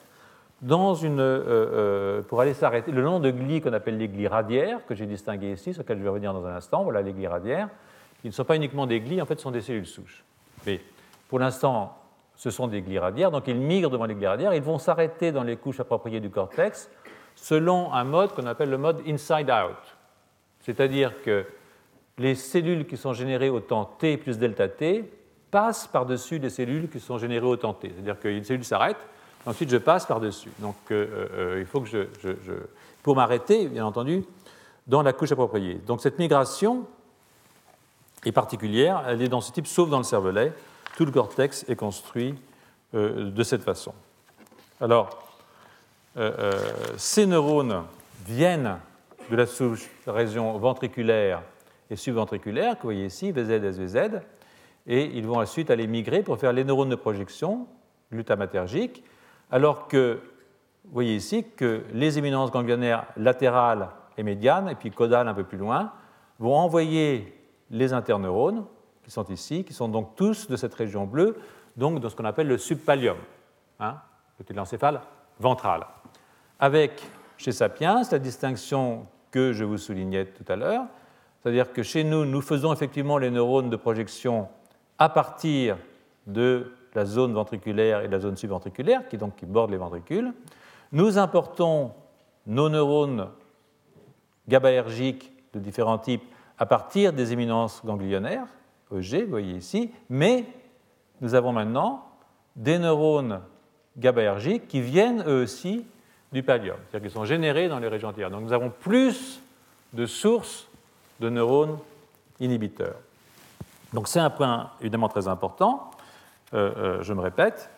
pour aller s'arrêter le long de glis qu'on appelle les glis radiaires, que j'ai distingués ici, sur lesquels je vais revenir dans un instant. Voilà les glis radiaires, qui ne sont pas uniquement des glis, en fait, ce sont des cellules souches. Mais pour l'instant, ce sont des glis radiaires, donc ils migrent devant les glis radiaires, ils vont s'arrêter dans les couches appropriées du cortex selon un mode qu'on appelle le mode inside-out. C'est-à-dire que les cellules qui sont générées au temps t plus delta t passent par-dessus les cellules qui sont générées au temps t. C'est-à-dire qu'une cellule s'arrête, ensuite je passe par-dessus. Donc il faut que pour m'arrêter, bien entendu, dans la couche appropriée. Donc cette migration est particulière, elle est dans ce type, sauf dans le cervelet. Tout le cortex est construit de cette façon. Alors, ces neurones viennent de la sous-région ventriculaire et subventriculaire, que vous voyez ici, VZ, SVZ, et ils vont ensuite aller migrer pour faire les neurones de projection glutamatergiques, alors que, vous voyez ici, que les éminences ganglionnaires latérales et médianes, et puis caudales un peu plus loin, vont envoyer les interneurones qui sont ici, qui sont donc tous de cette région bleue, donc de ce qu'on appelle le subpallium, le téléencéphale ventral. Avec, chez Sapiens, la distinction que je vous soulignais tout à l'heure, c'est-à-dire que chez nous, nous faisons effectivement les neurones de projection à partir de la zone ventriculaire et de la zone subventriculaire, qui bordent les ventricules. Nous importons nos neurones GABAergiques de différents types à partir des éminences ganglionnaires, EG, vous voyez ici, mais nous avons maintenant des neurones GABAergiques qui viennent eux aussi du pallium, c'est-à-dire qu'ils sont générés dans les régions antérieures. Donc nous avons plus de sources de neurones inhibiteurs. Donc c'est un point évidemment très important, je me répète,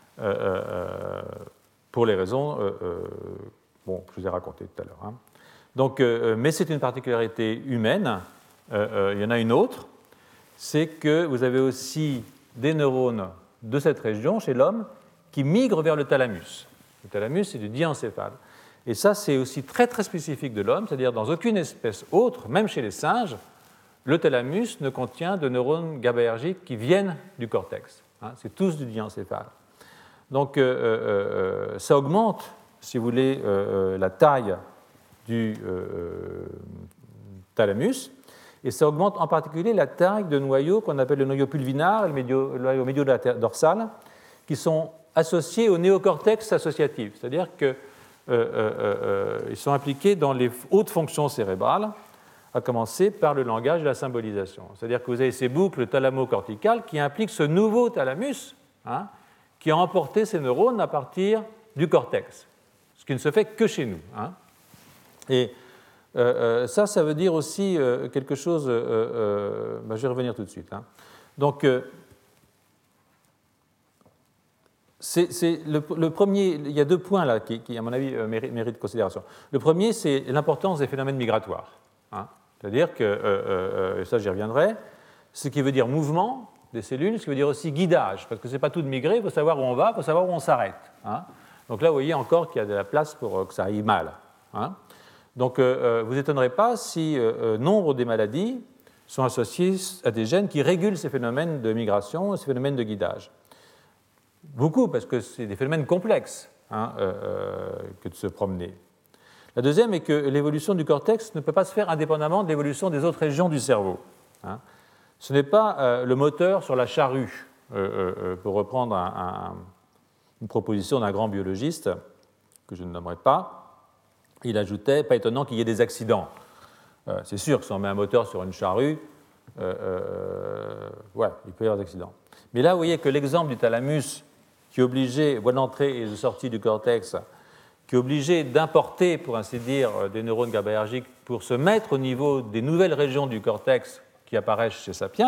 pour les raisons que je vous ai racontées tout à l'heure. Donc, mais c'est une particularité humaine. Il y en a une autre, c'est que vous avez aussi des neurones de cette région chez l'homme qui migrent vers le thalamus. Le thalamus, c'est du diencéphale. Et ça, c'est aussi très, très spécifique de l'homme, c'est-à-dire dans aucune espèce autre, même chez les singes, le thalamus ne contient de neurones GABAergiques qui viennent du cortex. C'est tous du diencéphale. Donc, ça augmente, si vous voulez, la taille du thalamus, et ça augmente en particulier la taille de noyaux qu'on appelle le noyau pulvinar et le noyau médio-dorsal, qui sont associés au néocortex associatif, c'est-à-dire qu'ils sont impliqués dans les hautes fonctions cérébrales, à commencer par le langage et la symbolisation. C'est-à-dire que vous avez ces boucles thalamo-corticales qui impliquent ce nouveau thalamus, qui a emporté ces neurones à partir du cortex, ce qui ne se fait que chez nous. Et ça veut dire aussi quelque chose. Je vais revenir tout de suite. Donc, le premier, il y a deux points là qui à mon avis, méritent considération. Le premier, c'est l'importance des phénomènes migratoires. C'est-à-dire que, et ça j'y reviendrai, ce qui veut dire mouvement des cellules, ce qui veut dire aussi guidage, parce que ce n'est pas tout de migrer, il faut savoir où on va, il faut savoir où on s'arrête. Donc là, vous voyez encore qu'il y a de la place pour que ça aille mal. Donc, vous n'étonnerez pas si nombre des maladies sont associées à des gènes qui régulent ces phénomènes de migration, ces phénomènes de guidage. Beaucoup, parce que c'est des phénomènes complexes que de se promener. La deuxième est que l'évolution du cortex ne peut pas se faire indépendamment de l'évolution des autres régions du cerveau. Ce n'est pas le moteur sur la charrue, pour reprendre une proposition d'un grand biologiste, que je ne nommerai pas. Il ajoutait, pas étonnant qu'il y ait des accidents. C'est sûr que si on met un moteur sur une charrue, il peut y avoir des accidents. Mais là, vous voyez que l'exemple du thalamus, qui est obligé, voie d'entrée et de sortie du cortex, qui est obligé d'importer, pour ainsi dire, des neurones GABAergiques pour se mettre au niveau des nouvelles régions du cortex qui apparaissent chez Sapiens,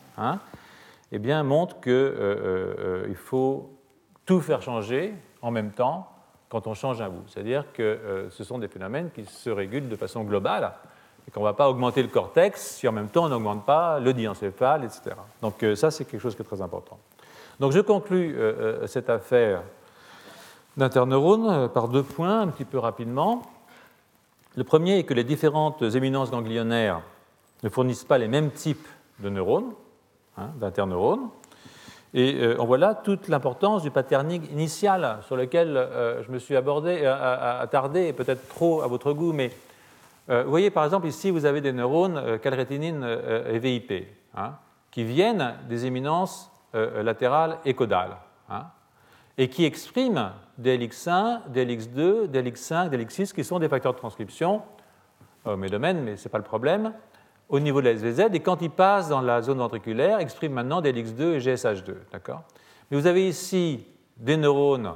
eh bien, montre qu'il faut tout faire changer en même temps quand on change un bout. C'est-à-dire que ce sont des phénomènes qui se régulent de façon globale et qu'on ne va pas augmenter le cortex si en même temps on n'augmente pas le diencéphale, etc. Donc ça, c'est quelque chose qui est très important. Donc je conclus cette affaire d'interneurones par deux points, un petit peu rapidement. Le premier est que les différentes éminences ganglionnaires ne fournissent pas les mêmes types de neurones, d'interneurones. Et on voit là toute l'importance du patterning initial sur lequel je me suis attardé, peut-être trop à votre goût, mais vous voyez par exemple ici, vous avez des neurones calrétinine et VIP, qui viennent des éminences latérales et caudales, et qui expriment DLX1, DLX2, DLX5, DLX6, qui sont des facteurs de transcription, mes domaines, mais ce n'est pas le problème, au niveau de la SVZ, et quand ils passent dans la zone ventriculaire, expriment maintenant DLX2 et GSH2. D'accord ? Mais vous avez ici des neurones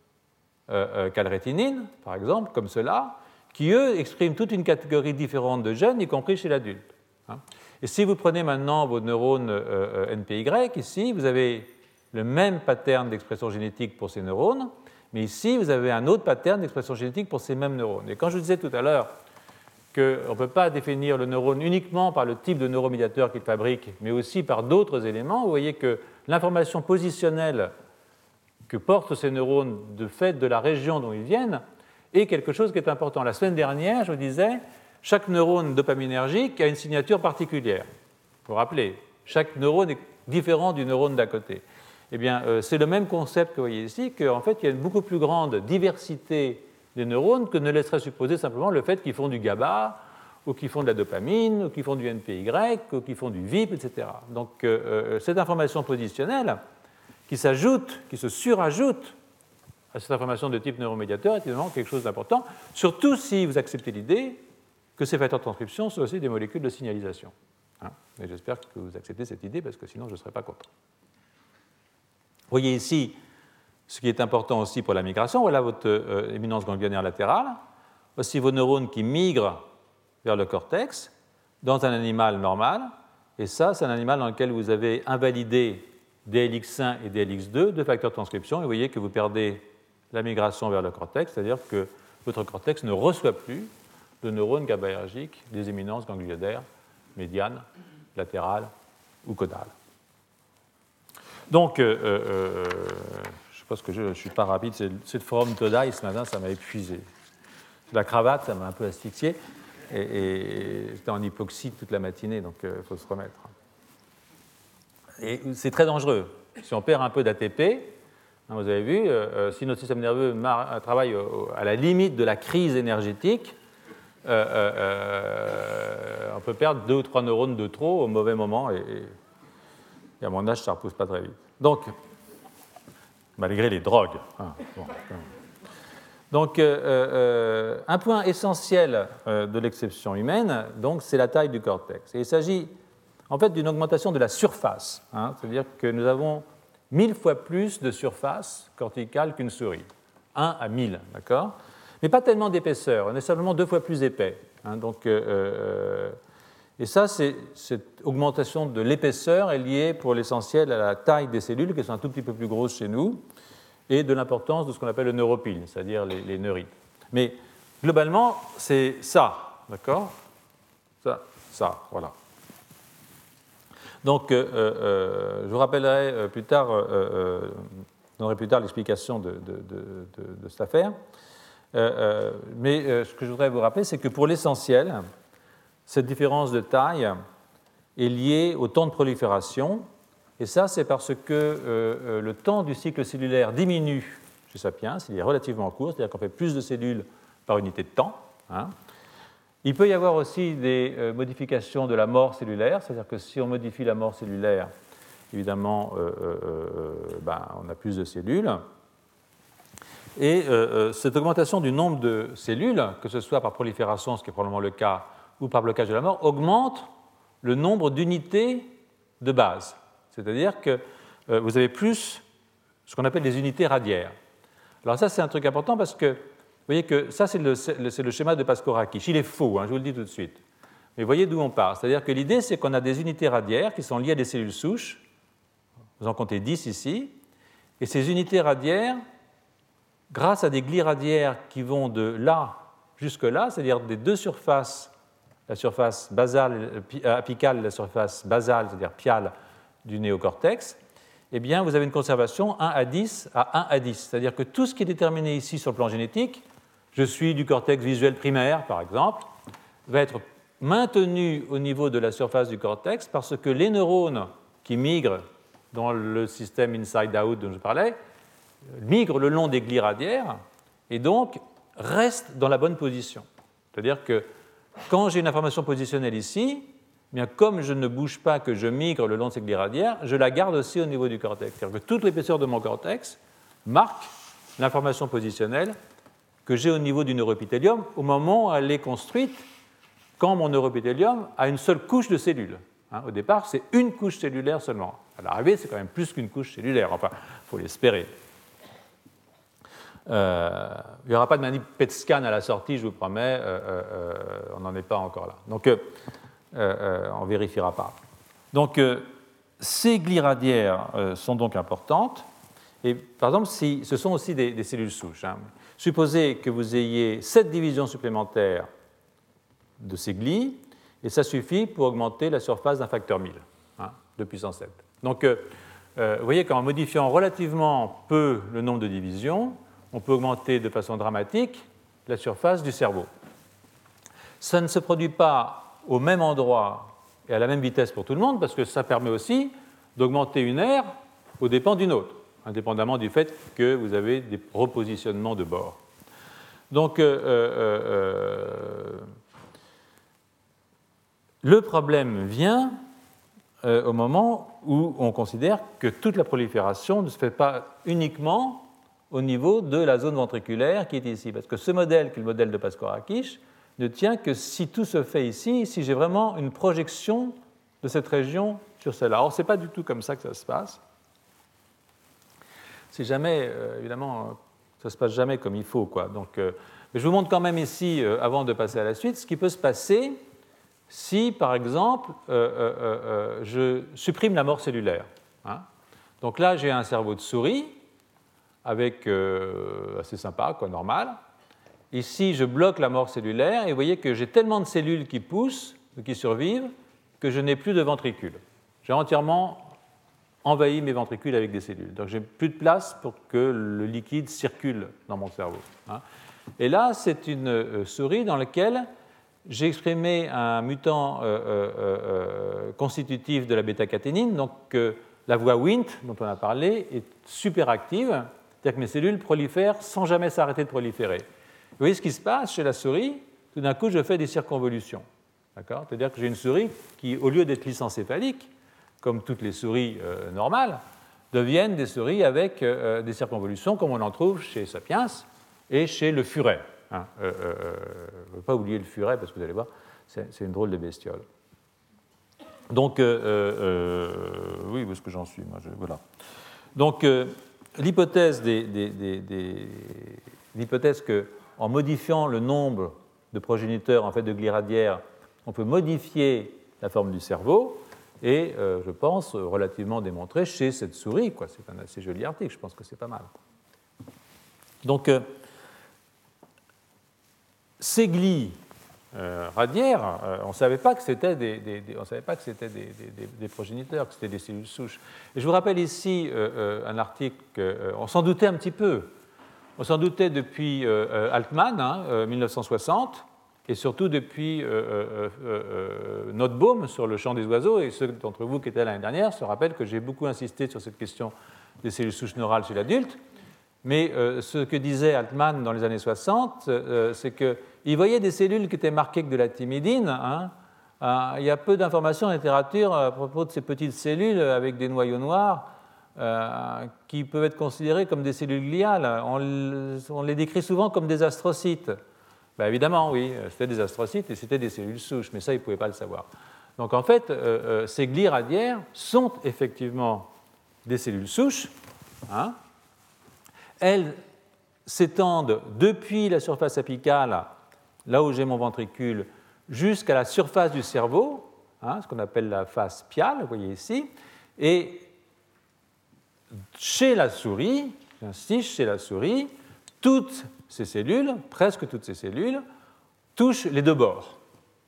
calrétinine, par exemple, comme ceux-là, qui, eux, expriment toute une catégorie différente de gènes, y compris chez l'adulte. Et si vous prenez maintenant vos neurones NPY, ici, vous avez le même pattern d'expression génétique pour ces neurones, mais ici, vous avez un autre pattern d'expression génétique pour ces mêmes neurones. Et quand je disais tout à l'heure qu'on ne peut pas définir le neurone uniquement par le type de neuromédiateur qu'il fabrique, mais aussi par d'autres éléments, vous voyez que l'information positionnelle que portent ces neurones de fait de la région dont ils viennent est quelque chose qui est important. La semaine dernière, je vous disais, chaque neurone dopaminergique a une signature particulière. Il faut rappeler, chaque neurone est différent du neurone d'à côté. Eh bien, c'est le même concept que vous voyez ici, qu'en fait, il y a une beaucoup plus grande diversité des neurones que ne laisserait supposer simplement le fait qu'ils font du GABA, ou qu'ils font de la dopamine, ou qu'ils font du NPY, ou qu'ils font du VIP, etc. Donc, cette information positionnelle qui se surajoute à cette information de type neuromédiateur est évidemment quelque chose d'important, surtout si vous acceptez l'idée que ces facteurs de transcription sont aussi des molécules de signalisation. Et j'espère que vous acceptez cette idée, parce que sinon je ne serais pas contre. Vous voyez ici ce qui est important aussi pour la migration. Voilà votre éminence ganglionnaire latérale. Voici vos neurones qui migrent vers le cortex dans un animal normal. Et ça, c'est un animal dans lequel vous avez invalidé DLX1 et DLX2, deux facteurs de transcription. Et vous voyez que vous perdez la migration vers le cortex, c'est-à-dire que votre cortex ne reçoit plus de neurones GABAergiques des éminences ganglionnaires médianes, latérales ou caudales. Donc, je pense que je ne suis pas rapide. Cette forum Todai ce matin, ça m'a épuisé. La cravate, ça m'a un peu asphyxié. Et j'étais en hypoxie toute la matinée, donc il faut se remettre. Et c'est très dangereux. Si on perd un peu d'ATP, vous avez vu, si notre système nerveux travaille à la limite de la crise énergétique, on peut perdre 2 ou 3 neurones de trop au mauvais moment. Et à mon âge, ça ne repousse pas très vite. Donc, malgré les drogues. Donc, un point essentiel de l'exception humaine, donc, c'est la taille du cortex. Et il s'agit en fait d'une augmentation de la surface. C'est-à-dire que nous avons 1000 fois plus de surface corticale qu'une souris. 1 à 1000, d'accord ? Mais pas tellement d'épaisseur, on est simplement 2 fois plus épais. Et ça, cette augmentation de l'épaisseur est liée pour l'essentiel à la taille des cellules, qui sont un tout petit peu plus grosses chez nous, et de l'importance de ce qu'on appelle le neuropile, c'est-à-dire les neurites. Mais globalement, c'est ça, d'accord ? Ça, voilà. Donc, je vous rappellerai plus tard, je donnerai plus tard l'explication de cette affaire. Mais ce que je voudrais vous rappeler, c'est que pour l'essentiel, cette différence de taille est liée au temps de prolifération. Et ça, c'est parce que le temps du cycle cellulaire diminue chez Sapiens, il est relativement court, c'est-à-dire qu'on fait plus de cellules par unité de temps. Il peut y avoir aussi des modifications de la mort cellulaire, c'est-à-dire que si on modifie la mort cellulaire, évidemment, on a plus de cellules. Et cette augmentation du nombre de cellules, que ce soit par prolifération, ce qui est probablement le cas, ou par blocage de la mort, augmente le nombre d'unités de base. C'est-à-dire que vous avez plus ce qu'on appelle des unités radiaires. Alors ça, c'est un truc important parce que vous voyez que ça, c'est le schéma de Pascoe-Rakic. Il est faux, je vous le dis tout de suite. Mais voyez d'où on part. C'est-à-dire que l'idée, c'est qu'on a des unités radiaires qui sont liées à des cellules souches. Vous en comptez 10 ici. Et ces unités radiaires, grâce à des glis radiaires qui vont de là jusque là, c'est-à-dire des deux surfaces, la surface basale, apicale et la surface basale, c'est-à-dire piale du néocortex, eh bien, vous avez une conservation 1 à 10 à 1 à 10. C'est-à-dire que tout ce qui est déterminé ici sur le plan génétique, je suis du cortex visuel primaire, par exemple, va être maintenu au niveau de la surface du cortex parce que les neurones qui migrent dans le système inside-out dont je parlais migrent le long des glis radiaires et donc restent dans la bonne position. C'est-à-dire que quand j'ai une information positionnelle ici, eh bien, comme je ne bouge pas, que je migre le long de ces glis radiaires, je la garde aussi au niveau du cortex. C'est-à-dire que toute l'épaisseur de mon cortex marque l'information positionnelle que j'ai au niveau du neuroépithélium au moment où elle est construite, quand mon neuroépithélium a une seule couche de cellules. Au départ, c'est une couche cellulaire seulement. À l'arrivée, c'est quand même plus qu'une couche cellulaire. Enfin, il faut l'espérer. Il n'y aura pas de manip PET scan à la sortie, je vous promets. On n'en est pas encore là. Donc, on ne vérifiera pas. Donc, ces glis radiaires sont donc importantes. Et par exemple, ce sont aussi des cellules souches. Supposez que vous ayez 7 divisions supplémentaires de ces glis, et ça suffit pour augmenter la surface d'un facteur 1000, 2 puissance 7. Donc, vous voyez qu'en modifiant relativement peu le nombre de divisions, on peut augmenter de façon dramatique la surface du cerveau. Ça ne se produit pas au même endroit et à la même vitesse pour tout le monde, parce que ça permet aussi d'augmenter une aire aux dépens d'une autre, indépendamment du fait que vous avez des repositionnements de bord. Donc, le problème vient au moment où on considère que toute la prolifération ne se fait pas uniquement au niveau de la zone ventriculaire qui est ici. Parce que ce modèle, qui est le modèle de Paskorakis, ne tient que si tout se fait ici, si j'ai vraiment une projection de cette région sur celle-là. Or, ce n'est pas du tout comme ça que ça se passe. C'est jamais, évidemment, ça ne se passe jamais comme il faut, quoi. Donc, mais je vous montre quand même ici, avant de passer à la suite, ce qui peut se passer si, par exemple, je supprime la mort cellulaire. Hein. Donc là, j'ai un cerveau de souris, avec assez sympa, quoi, normal. Ici, je bloque la mort cellulaire, et vous voyez que j'ai tellement de cellules qui poussent, qui survivent, que je n'ai plus de ventricule. J'ai entièrement envahi mes ventricules avec des cellules. Donc, j'ai plus de place pour que le liquide circule dans mon cerveau. Hein. Et là, c'est une souris dans laquelle j'ai exprimé un mutant constitutif de la bêta-caténine, donc la voie Wnt, dont on a parlé, est super active, c'est-à-dire que mes cellules prolifèrent sans jamais s'arrêter de proliférer. Vous voyez ce qui se passe chez la souris, tout d'un coup, je fais des circonvolutions. D'accord ? C'est-à-dire que j'ai une souris qui, au lieu d'être lysencéphalique, comme toutes les souris normales, deviennent des souris avec des circonvolutions, comme on en trouve chez Sapiens et chez le furet. Hein, ne faut pas oublier le furet, parce que vous allez voir, c'est une drôle de bestiole. Donc, oui, où est-ce que j'en suis moi, voilà. Donc, l'hypothèse qu'en modifiant le nombre de progéniteurs en fait, de glis radiaires, on peut modifier la forme du cerveau, et je pense relativement démontré chez cette souris. Quoi. C'est un assez joli article, je pense que c'est pas mal. Donc, ces glis radiaires, on ne savait pas que c'était des progéniteurs, que c'était des cellules souches. Et je vous rappelle ici un article, on s'en doutait un petit peu. On s'en doutait depuis Altman, 1960, et surtout depuis Nottebohm sur le chant des oiseaux. Et ceux d'entre vous qui étaient l'année dernière se rappellent que j'ai beaucoup insisté sur cette question des cellules souches neurales chez l'adulte. Mais ce que disait Altman dans les années 60, c'est qu'il voyait des cellules qui étaient marquées avec de la thymidine. Hein. Il y a peu d'informations dans la littérature à propos de ces petites cellules avec des noyaux noirs qui peuvent être considérées comme des cellules gliales. On les décrit souvent comme des astrocytes. Ben évidemment, oui, c'était des astrocytes et c'était des cellules souches, mais ça, ils ne pouvaient pas le savoir. Donc en fait, ces glis radiaires sont effectivement des cellules souches. Hein. Elles s'étendent depuis la surface apicale, là où j'ai mon ventricule, jusqu'à la surface du cerveau, hein, ce qu'on appelle la face piale, vous voyez ici. Et chez la souris, j'insiste, chez la souris, toutes ces cellules, presque toutes ces cellules, touchent les deux bords. D'accord ?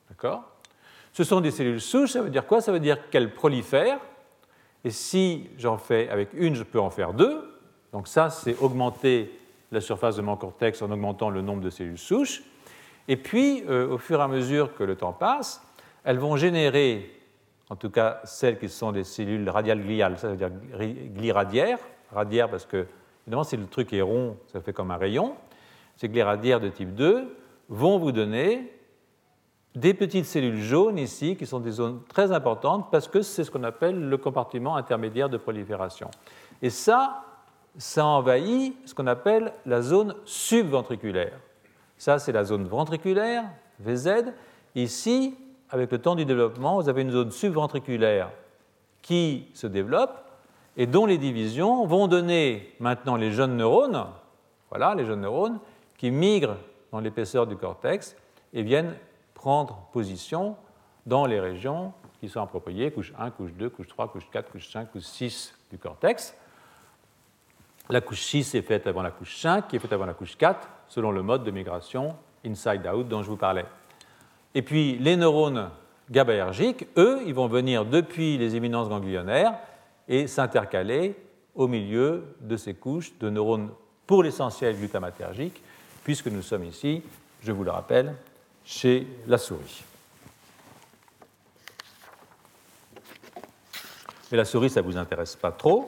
Ce sont des cellules souches, ça veut dire quoi ? Ça veut dire qu'elles prolifèrent. Et si j'en fais avec une, je peux en faire deux. Donc ça, c'est augmenter la surface de mon cortex en augmentant le nombre de cellules souches. Et puis, au fur et à mesure que le temps passe, elles vont générer, en tout cas celles qui sont des cellules radiales gliales, ça veut dire glis radiaires parce que, évidemment, si le truc est rond, ça fait comme un rayon. Ces glis radiaires de type 2 vont vous donner des petites cellules jaunes ici, qui sont des zones très importantes, parce que c'est ce qu'on appelle le compartiment intermédiaire de prolifération. Et ça envahit ce qu'on appelle la zone subventriculaire. Ça, c'est la zone ventriculaire, VZ. Ici, avec le temps du développement, vous avez une zone subventriculaire qui se développe et dont les divisions vont donner maintenant les jeunes neurones, voilà, les jeunes neurones, qui migrent dans l'épaisseur du cortex et viennent prendre position dans les régions qui sont appropriées, couche 1, couche 2, couche 3, couche 4, couche 5, couche 6 du cortex. La couche 6 est faite avant la couche 5, qui est faite avant la couche 4, selon le mode de migration inside-out dont je vous parlais. Et puis, les neurones GABAergiques, eux, ils vont venir depuis les éminences ganglionnaires et s'intercaler au milieu de ces couches de neurones, pour l'essentiel glutamatergiques, puisque nous sommes ici, je vous le rappelle, chez la souris. Mais la souris, ça ne vous intéresse pas trop.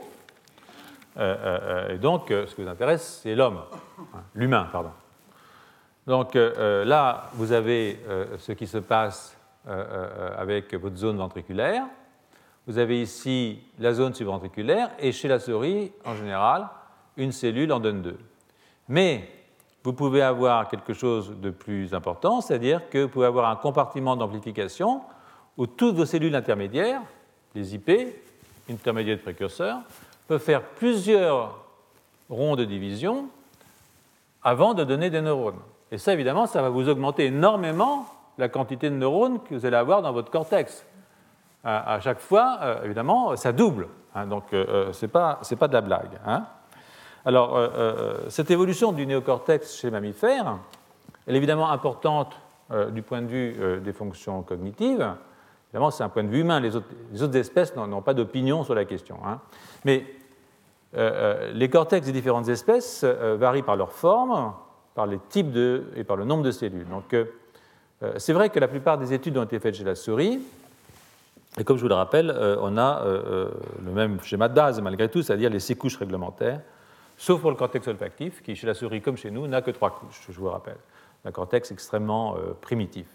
Et donc, ce qui vous intéresse, c'est l'homme, l'humain, pardon. Donc là, vous avez ce qui se passe avec votre zone ventriculaire. Vous avez ici la zone subventriculaire, et chez la souris, en général, une cellule en donne deux. Mais vous pouvez avoir quelque chose de plus important, c'est-à-dire que vous pouvez avoir un compartiment d'amplification où toutes vos cellules intermédiaires, les IP, intermédiaires précurseurs, peuvent faire plusieurs ronds de division avant de donner des neurones. Et ça, évidemment, ça va vous augmenter énormément la quantité de neurones que vous allez avoir dans votre cortex. À chaque fois, évidemment, ça double. Donc, ce n'est pas de la blague. Alors, cette évolution du néocortex chez les mammifères, elle est évidemment importante du point de vue des fonctions cognitives. Évidemment, c'est un point de vue humain. Les autres espèces n'ont pas d'opinion sur la question. Mais les cortex des différentes espèces varient par leur forme, par les types et par le nombre de cellules. Donc, c'est vrai que la plupart des études ont été faites chez la souris. Et comme je vous le rappelle, on a le même schéma de base, malgré tout, c'est-à-dire les 6 couches réglementaires, sauf pour le cortex olfactif, qui, chez la souris comme chez nous, n'a que 3 couches, je vous rappelle. Un cortex extrêmement primitif.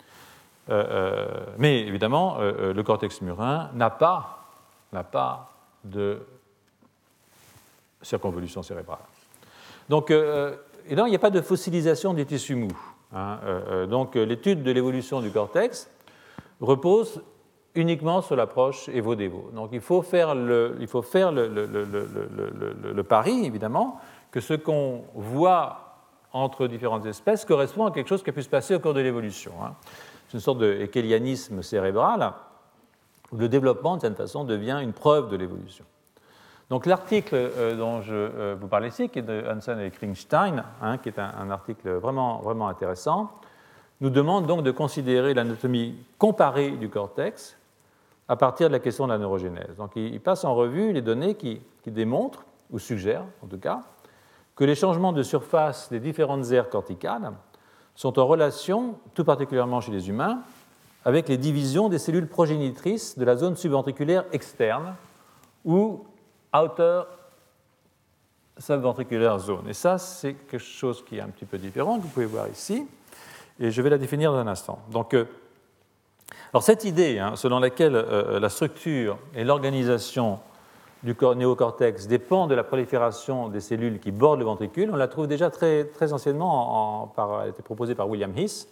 Mais évidemment, le cortex murin n'a pas de circonvolution cérébrale. Donc, et là, il n'y a pas de fossilisation des tissus mous. Donc, l'étude de l'évolution du cortex repose uniquement sur l'approche Evo-Devo. Donc, il faut faire le pari, évidemment, que ce qu'on voit entre différentes espèces correspond à quelque chose qui a pu se passer au cours de l'évolution. C'est une sorte de hékélianisme cérébral où le développement, de cette façon, devient une preuve de l'évolution. Donc, l'article dont je vous parle ici, qui est de Hansen et Kringstein, qui est un article vraiment, vraiment intéressant, nous demande donc de considérer l'anatomie comparée du cortex à partir de la question de la neurogénèse. Donc, il passe en revue les données qui démontrent, ou suggèrent en tout cas, que les changements de surface des différentes aires corticales sont en relation, tout particulièrement chez les humains, avec les divisions des cellules progénitrices de la zone subventriculaire externe ou outer subventriculaire zone. Et ça, c'est quelque chose qui est un petit peu différent, que vous pouvez voir ici, et je vais la définir dans un instant. Donc, alors cette idée, selon laquelle la structure et l'organisation du néocortex dépend de la prolifération des cellules qui bordent le ventricule, on la trouve déjà très, très anciennement, elle a été proposée par William His,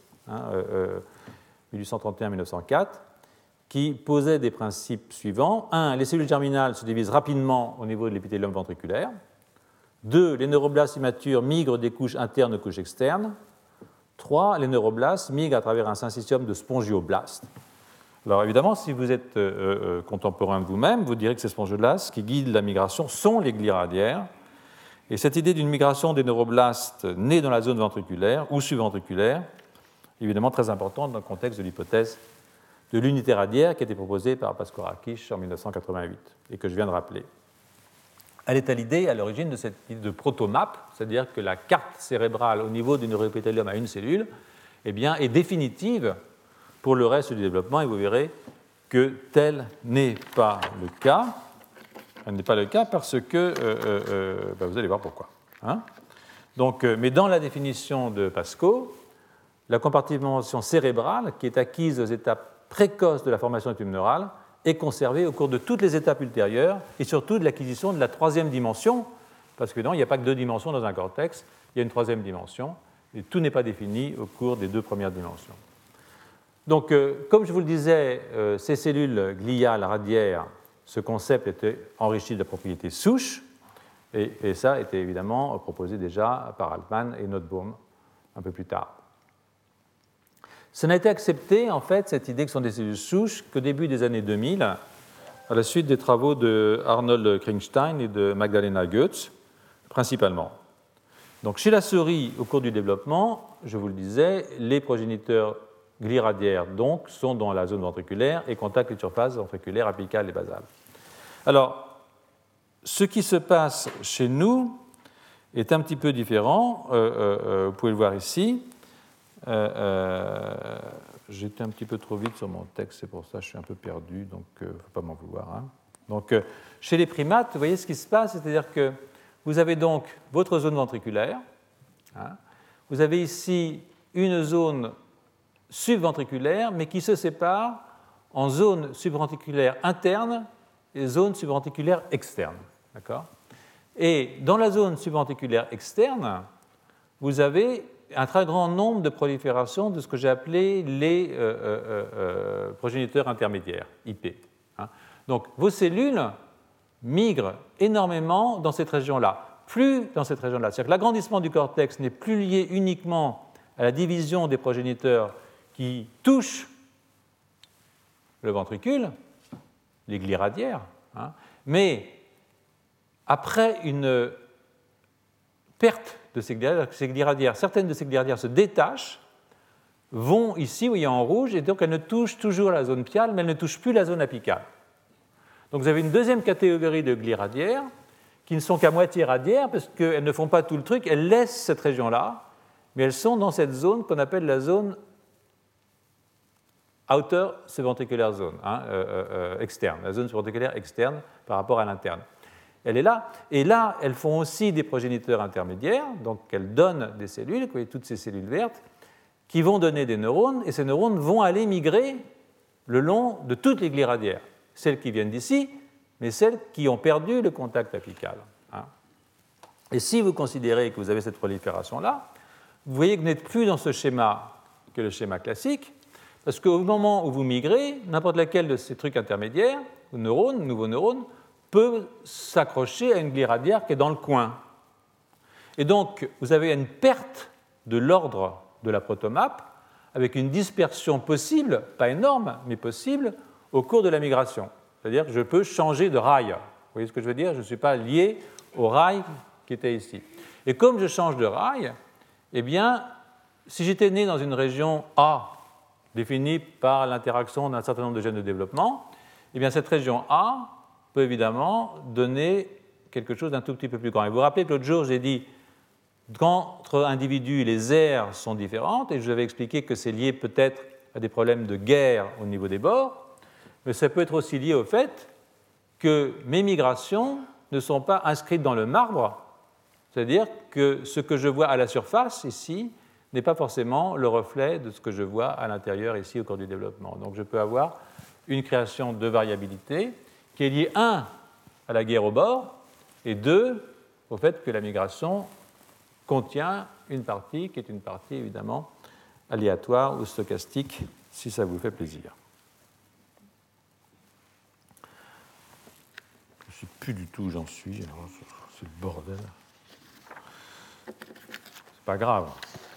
1831-1904, qui posait des principes suivants. 1. Les cellules germinales se divisent rapidement au niveau de l'épithélium ventriculaire. 2. Les neuroblastes immatures migrent des couches internes aux couches externes. 3. Les neuroblastes migrent à travers un syncytium de spongioblastes. Alors évidemment, si vous êtes contemporain de vous-même, vous direz que ces spongioblastes qui guident la migration sont les glis radiaires. Et cette idée d'une migration des neuroblastes nés dans la zone ventriculaire ou subventriculaire est évidemment très importante dans le contexte de l'hypothèse de l'unité radiaire qui a été proposée par Paskorakis en 1988 et que je viens de rappeler. Elle est à l'idée, à l'origine de cette idée de protomap, c'est-à-dire que la carte cérébrale au niveau du neuroépithélium à une cellule est définitive pour le reste du développement, et vous verrez que tel n'est pas le cas. Elle n'est pas le cas parce que, vous allez voir pourquoi. Donc, mais dans la définition de Pascoe, la compartimentation cérébrale, qui est acquise aux étapes précoces de la formation du tube neural, est conservée au cours de toutes les étapes ultérieures et surtout de l'acquisition de la troisième dimension, parce que non, il n'y a pas que 2 dimensions dans un cortex, il y a une troisième dimension, et tout n'est pas défini au cours des 2 premières dimensions. Donc, comme je vous le disais, ces cellules gliales radiaires, ce concept était enrichi de la propriété souche, et ça a été évidemment proposé déjà par Altman et Nottebohm un peu plus tard. Ça n'a été accepté, en fait, cette idée que ce sont des cellules souches, qu'au début des années 2000, à la suite des travaux de Arnold Kringstein et de Magdalena Goetz, principalement. Donc, chez la souris, au cours du développement, je vous le disais, les progéniteurs glis radiaires donc, sont dans la zone ventriculaire et contactent les surfaces ventriculaires apicales et basales. Alors, ce qui se passe chez nous est un petit peu différent. Vous pouvez le voir ici. J'étais un petit peu trop vite sur mon texte, c'est pour ça que je suis un peu perdu, donc il ne faut pas m'en vouloir. Donc, chez les primates, vous voyez ce qui se passe, c'est-à-dire que vous avez donc votre zone ventriculaire, hein, vous avez ici une zone subventriculaire, mais qui se sépare en zone subventriculaire interne et zone subventriculaire externe. D'accord ? Et dans la zone subventriculaire externe, vous avez un très grand nombre de proliférations de ce que j'ai appelé les progéniteurs intermédiaires, IP. Hein. Donc vos cellules migrent énormément dans cette région-là, plus dans cette région-là. C'est-à-dire que l'agrandissement du cortex n'est plus lié uniquement à la division des progéniteurs qui touchent le ventricule, les glis radiaires, hein, mais après une perte de ces glis radiaires, certaines de ces glis radiaires se détachent, vont ici, vous voyez en rouge, et donc elles ne touchent toujours la zone piale, mais elles ne touchent plus la zone apicale. Donc vous avez une deuxième catégorie de glis radiaires qui ne sont qu'à moitié radiaires parce qu'elles ne font pas tout le truc, elles laissent cette région-là, mais elles sont dans cette zone qu'on appelle la zone outer subventriculaire zone, hein, externe, la zone subventriculaire externe par rapport à l'interne. Elle est là, et là, elles font aussi des progéniteurs intermédiaires, donc elles donnent des cellules, vous voyez toutes ces cellules vertes, qui vont donner des neurones, et ces neurones vont aller migrer le long de toutes les glis radiaires, celles qui viennent d'ici, mais celles qui ont perdu le contact apical. Hein. Et si vous considérez que vous avez cette prolifération-là, vous voyez que vous n'êtes plus dans ce schéma que le schéma classique, parce qu'au moment où vous migrez, n'importe lequel de ces trucs intermédiaires, neurones, nouveaux neurones, peut s'accrocher à une glie radiaire qui est dans le coin. Et donc, vous avez une perte de l'ordre de la protomap avec une dispersion possible, pas énorme, mais possible, au cours de la migration. C'est-à-dire que je peux changer de rail. Vous voyez ce que je veux dire ? Je ne suis pas lié au rail qui était ici. Et comme je change de rail, eh bien, si j'étais né dans une région A, définie par l'interaction d'un certain nombre de gènes de développement, eh bien, cette région A peut évidemment donner quelque chose d'un tout petit peu plus grand. Et vous vous rappelez que l'autre jour, j'ai dit qu'entre individus, les aires sont différentes, et je vous avais expliqué que c'est lié peut-être à des problèmes de guerre au niveau des bords, mais ça peut être aussi lié au fait que mes migrations ne sont pas inscrites dans le marbre, c'est-à-dire que ce que je vois à la surface ici n'est pas forcément le reflet de ce que je vois à l'intérieur ici au cours du développement. Donc je peux avoir une création de variabilité qui est liée, 1, à la guerre au bord, et 2, au fait que la migration contient une partie qui est une partie évidemment aléatoire ou stochastique, si ça vous fait plaisir. Je ne sais plus du tout où j'en suis, c'est le bordel. C'est pas grave.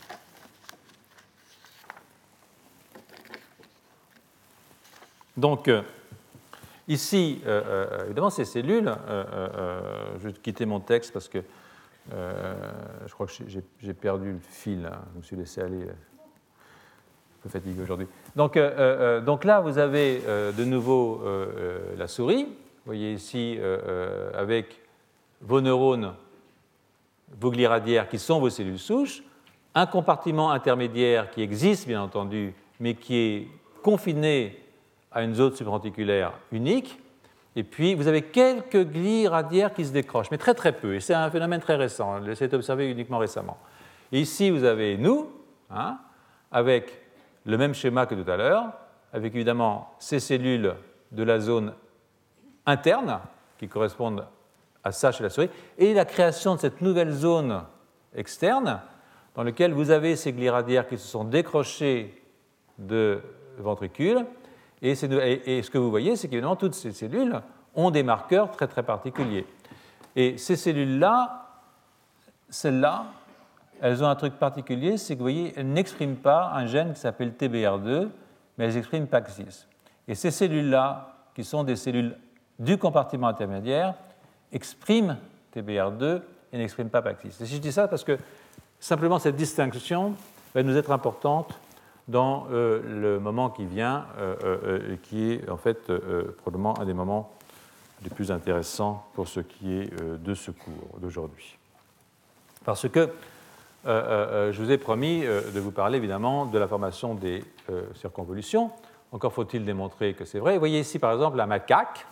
Donc, ici, évidemment, ces cellules, je vais quitter mon texte parce que je crois que j'ai perdu le fil, hein. Je me suis laissé aller, un peu fatigué aujourd'hui. Donc là, vous avez de nouveau la souris, vous voyez ici, avec vos neurones, vos glis radiaires qui sont vos cellules souches, un compartiment intermédiaire qui existe, bien entendu, mais qui est confiné à une zone subventriculaire unique, et puis vous avez quelques glis radiaires qui se décrochent, mais très très peu, et c'est un phénomène très récent, c'est observé uniquement récemment. Et ici, vous avez nous, hein, avec le même schéma que tout à l'heure, avec évidemment ces cellules de la zone interne, qui correspondent à ça chez la souris, et la création de cette nouvelle zone externe, dans laquelle vous avez ces glis radiaires qui se sont décrochés de ventricule. Et ce que vous voyez, c'est qu'évidemment, toutes ces cellules ont des marqueurs très, très particuliers. Et ces cellules-là, celles-là, elles ont un truc particulier, c'est que vous voyez, elles n'expriment pas un gène qui s'appelle TBR2, mais elles expriment PAX6. Et ces cellules-là, qui sont des cellules du compartiment intermédiaire, expriment TBR2 et n'expriment pas PAX6. Et si je dis ça, parce que simplement cette distinction va nous être importante dans le moment qui vient, qui est en fait probablement un des moments les plus intéressants pour ce qui est de ce cours d'aujourd'hui. Parce que je vous ai promis de vous parler évidemment de la formation des circonvolutions. Encore faut-il démontrer que c'est vrai. Vous voyez ici par exemple la macaque,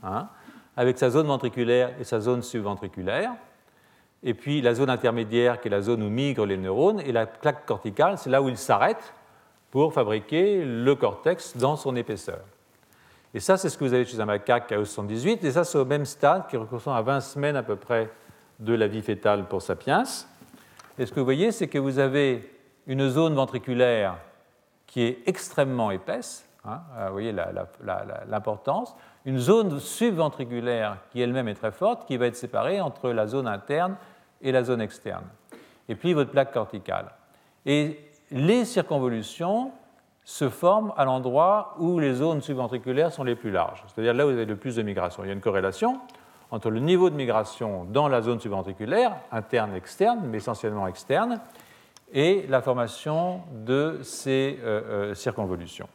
hein, avec sa zone ventriculaire et sa zone subventriculaire, et puis la zone intermédiaire qui est la zone où migrent les neurones, et la plaque corticale, c'est là où il s'arrête pour fabriquer le cortex dans son épaisseur. Et ça, c'est ce que vous avez chez un macaque à E78, et ça, c'est au même stade qui correspond à 20 semaines à peu près de la vie fétale pour Sapiens. Et ce que vous voyez, c'est que vous avez une zone ventriculaire qui est extrêmement épaisse, hein, vous voyez l'importance, une zone subventriculaire qui elle-même est très forte, qui va être séparée entre la zone interne et la zone externe. Et puis votre plaque corticale. Et les circonvolutions se forment à l'endroit où les zones subventriculaires sont les plus larges, c'est-à-dire là où vous avez le plus de migration. Il y a une corrélation entre le niveau de migration dans la zone subventriculaire, interne et externe, mais essentiellement externe, et la formation de ces circonvolutions.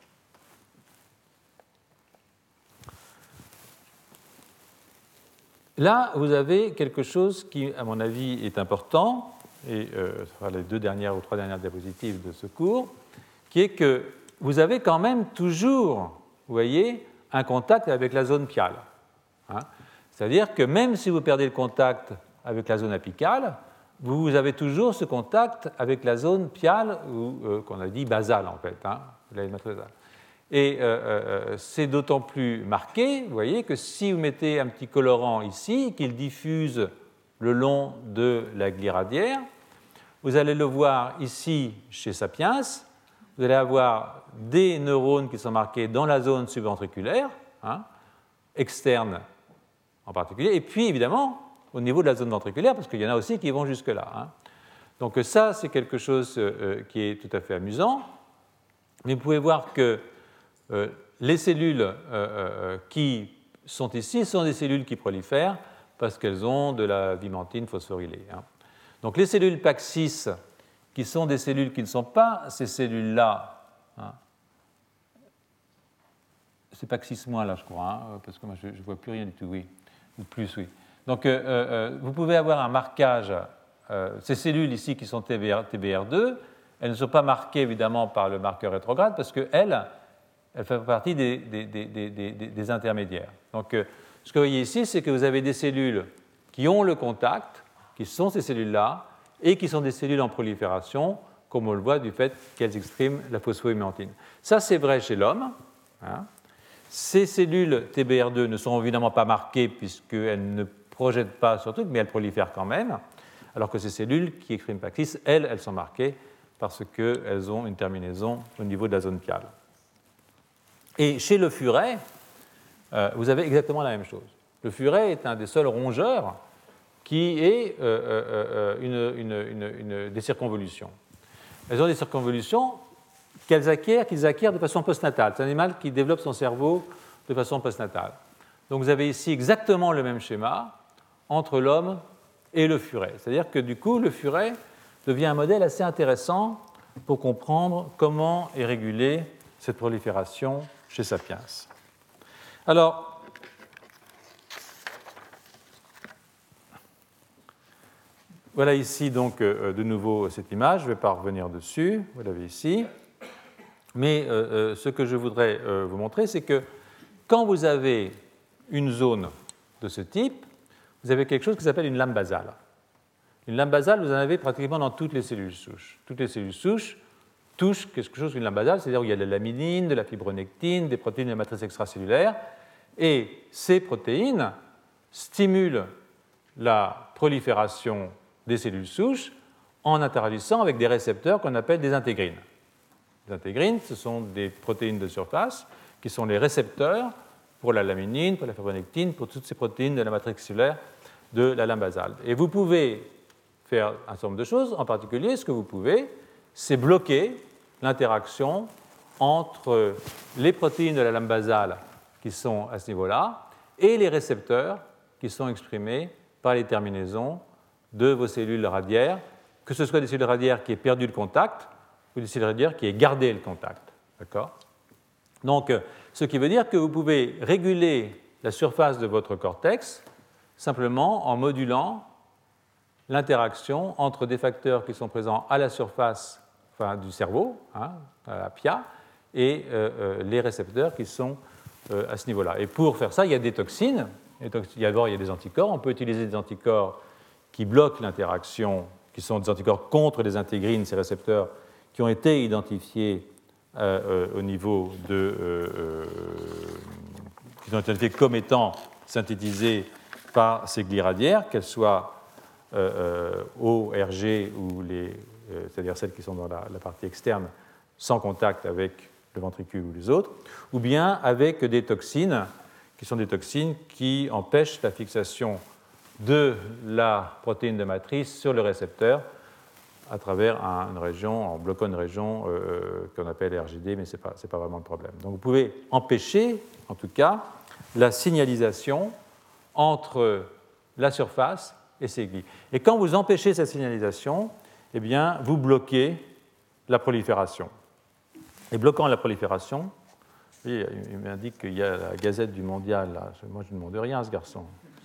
Là, vous avez quelque chose qui, à mon avis, est important, et ce sera les 2 dernières ou 3 dernières diapositives de ce cours, qui est que vous avez quand même toujours, vous voyez, un contact avec la zone piale. Hein. C'est-à-dire que même si vous perdez le contact avec la zone apicale, vous avez toujours ce contact avec la zone piale, ou qu'on a dit basale en fait, hein, la matrice basale. Et c'est d'autant plus marqué, vous voyez, que si vous mettez un petit colorant ici, qu'il diffuse le long de la glie radiaire, vous allez le voir ici chez Sapiens, vous allez avoir des neurones qui sont marqués dans la zone subventriculaire, hein, externe en particulier, et puis évidemment au niveau de la zone ventriculaire, parce qu'il y en a aussi qui vont jusque-là. Hein. Donc ça, c'est quelque chose qui est tout à fait amusant, mais vous pouvez voir que les cellules qui sont ici sont des cellules qui prolifèrent parce qu'elles ont de la vimentine phosphorylée. Hein. Donc les cellules PAX6, qui sont des cellules qui ne sont pas ces cellules-là, hein. C'est PAX6- là, je crois, hein, parce que moi je ne vois plus rien du tout, oui, ou plus, oui. Donc vous pouvez avoir un marquage, ces cellules ici qui sont TBR2, elles ne sont pas marquées évidemment par le marqueur rétrograde parce qu'elles font partie des intermédiaires. Donc ce que vous voyez ici, c'est que vous avez des cellules qui ont le contact, qui sont ces cellules-là, et qui sont des cellules en prolifération, comme on le voit du fait qu'elles expriment la phosphohyméantine. Ça, c'est vrai chez l'homme. Hein. Ces cellules TBR2 ne sont évidemment pas marquées puisqu'elles ne projettent pas sur tout, mais elles prolifèrent quand même, alors que ces cellules qui expriment PAX6, elles sont marquées parce qu'elles ont une terminaison au niveau de la zone piale. Et chez le furet, vous avez exactement la même chose. Le furet est un des seuls rongeurs qui est des circonvolutions. Elles ont des circonvolutions qu'ils acquièrent de façon postnatale. C'est un animal qui développe son cerveau de façon postnatale. Donc vous avez ici exactement le même schéma entre l'homme et le furet. C'est-à-dire que du coup, le furet devient un modèle assez intéressant pour comprendre comment est régulée cette prolifération chez Sapiens. Alors, voilà ici donc de nouveau cette image, je ne vais pas revenir dessus, vous l'avez ici. Mais ce que je voudrais vous montrer, c'est que quand vous avez une zone de ce type, vous avez quelque chose qui s'appelle une lame basale. Une lame basale, vous en avez pratiquement dans toutes les cellules souches. Toutes les cellules souches touchent quelque chose qu'une lame basale, c'est-à-dire où il y a de la laminine, de la fibronectine, des protéines de la matrice extracellulaire. Et ces protéines stimulent la prolifération des cellules souches en interagissant avec des récepteurs qu'on appelle des intégrines. Les intégrines, ce sont des protéines de surface qui sont les récepteurs pour la laminine, pour la fibronectine, pour toutes ces protéines de la matrice cellulaire de la lame basale. Et vous pouvez faire un certain nombre de choses. En particulier, ce que vous pouvez, c'est bloquer l'interaction entre les protéines de la lame basale qui sont à ce niveau-là et les récepteurs qui sont exprimés par les terminaisons de vos cellules radiaires, que ce soit des cellules radiaires qui aient perdu le contact ou des cellules radiaires qui aient gardé le contact. D'accord ? Donc, ce qui veut dire que vous pouvez réguler la surface de votre cortex simplement en modulant l'interaction entre des facteurs qui sont présents à la surface du cerveau, hein, à la pia, et les récepteurs qui sont à ce niveau-là. Et pour faire ça, il y a des toxines. D'abord, il y a des anticorps. On peut utiliser des anticorps qui bloquent l'interaction, qui sont des anticorps contre les intégrines, ces récepteurs qui ont été identifiés au niveau qui ont été identifiés comme étant synthétisés par ces glies radiaires, qu'elles soient ORG ou c'est-à-dire celles qui sont dans la partie externe sans contact avec le ventricule ou les autres, ou bien avec des toxines qui sont des toxines qui empêchent la fixation de la protéine de matrice sur le récepteur à travers une région, en bloquant une région qu'on appelle RGD, mais ce n'est pas vraiment le problème. Donc vous pouvez empêcher, en tout cas, la signalisation entre la surface et ces glies. Et quand vous empêchez cette signalisation, eh bien, vous bloquez la prolifération. Et bloquant la prolifération, il m'indique qu'il y a la Gazette du Mondial, là. Moi je ne demande rien à ce garçon.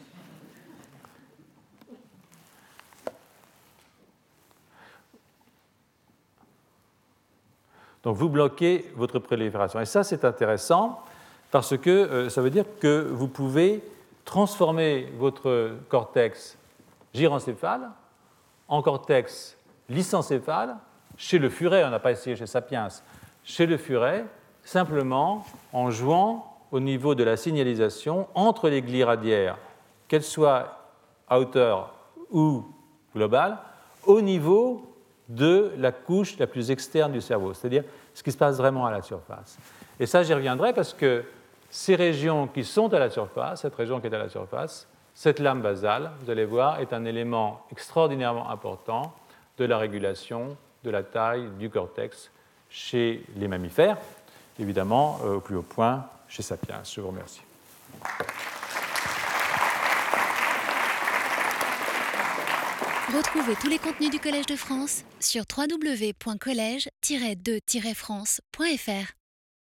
Donc vous bloquez votre prolifération. Et ça, c'est intéressant parce que ça veut dire que vous pouvez transformer votre cortex gyrencéphale en cortex lysencéphale chez le furet. On n'a pas essayé chez Sapiens. Chez le furet, simplement en jouant au niveau de la signalisation entre les glies radiaires, qu'elles soient à hauteur ou globale, au niveau de la couche la plus externe du cerveau, c'est-à-dire ce qui se passe vraiment à la surface. Et ça, j'y reviendrai parce que ces régions qui sont à la surface, cette région qui est à la surface, cette lame basale, vous allez voir, est un élément extraordinairement important de la régulation de la taille du cortex chez les mammifères, évidemment au plus haut point chez Sapiens. Je vous remercie. Retrouvez tous les contenus du Collège de France sur www.collège-2-france.fr.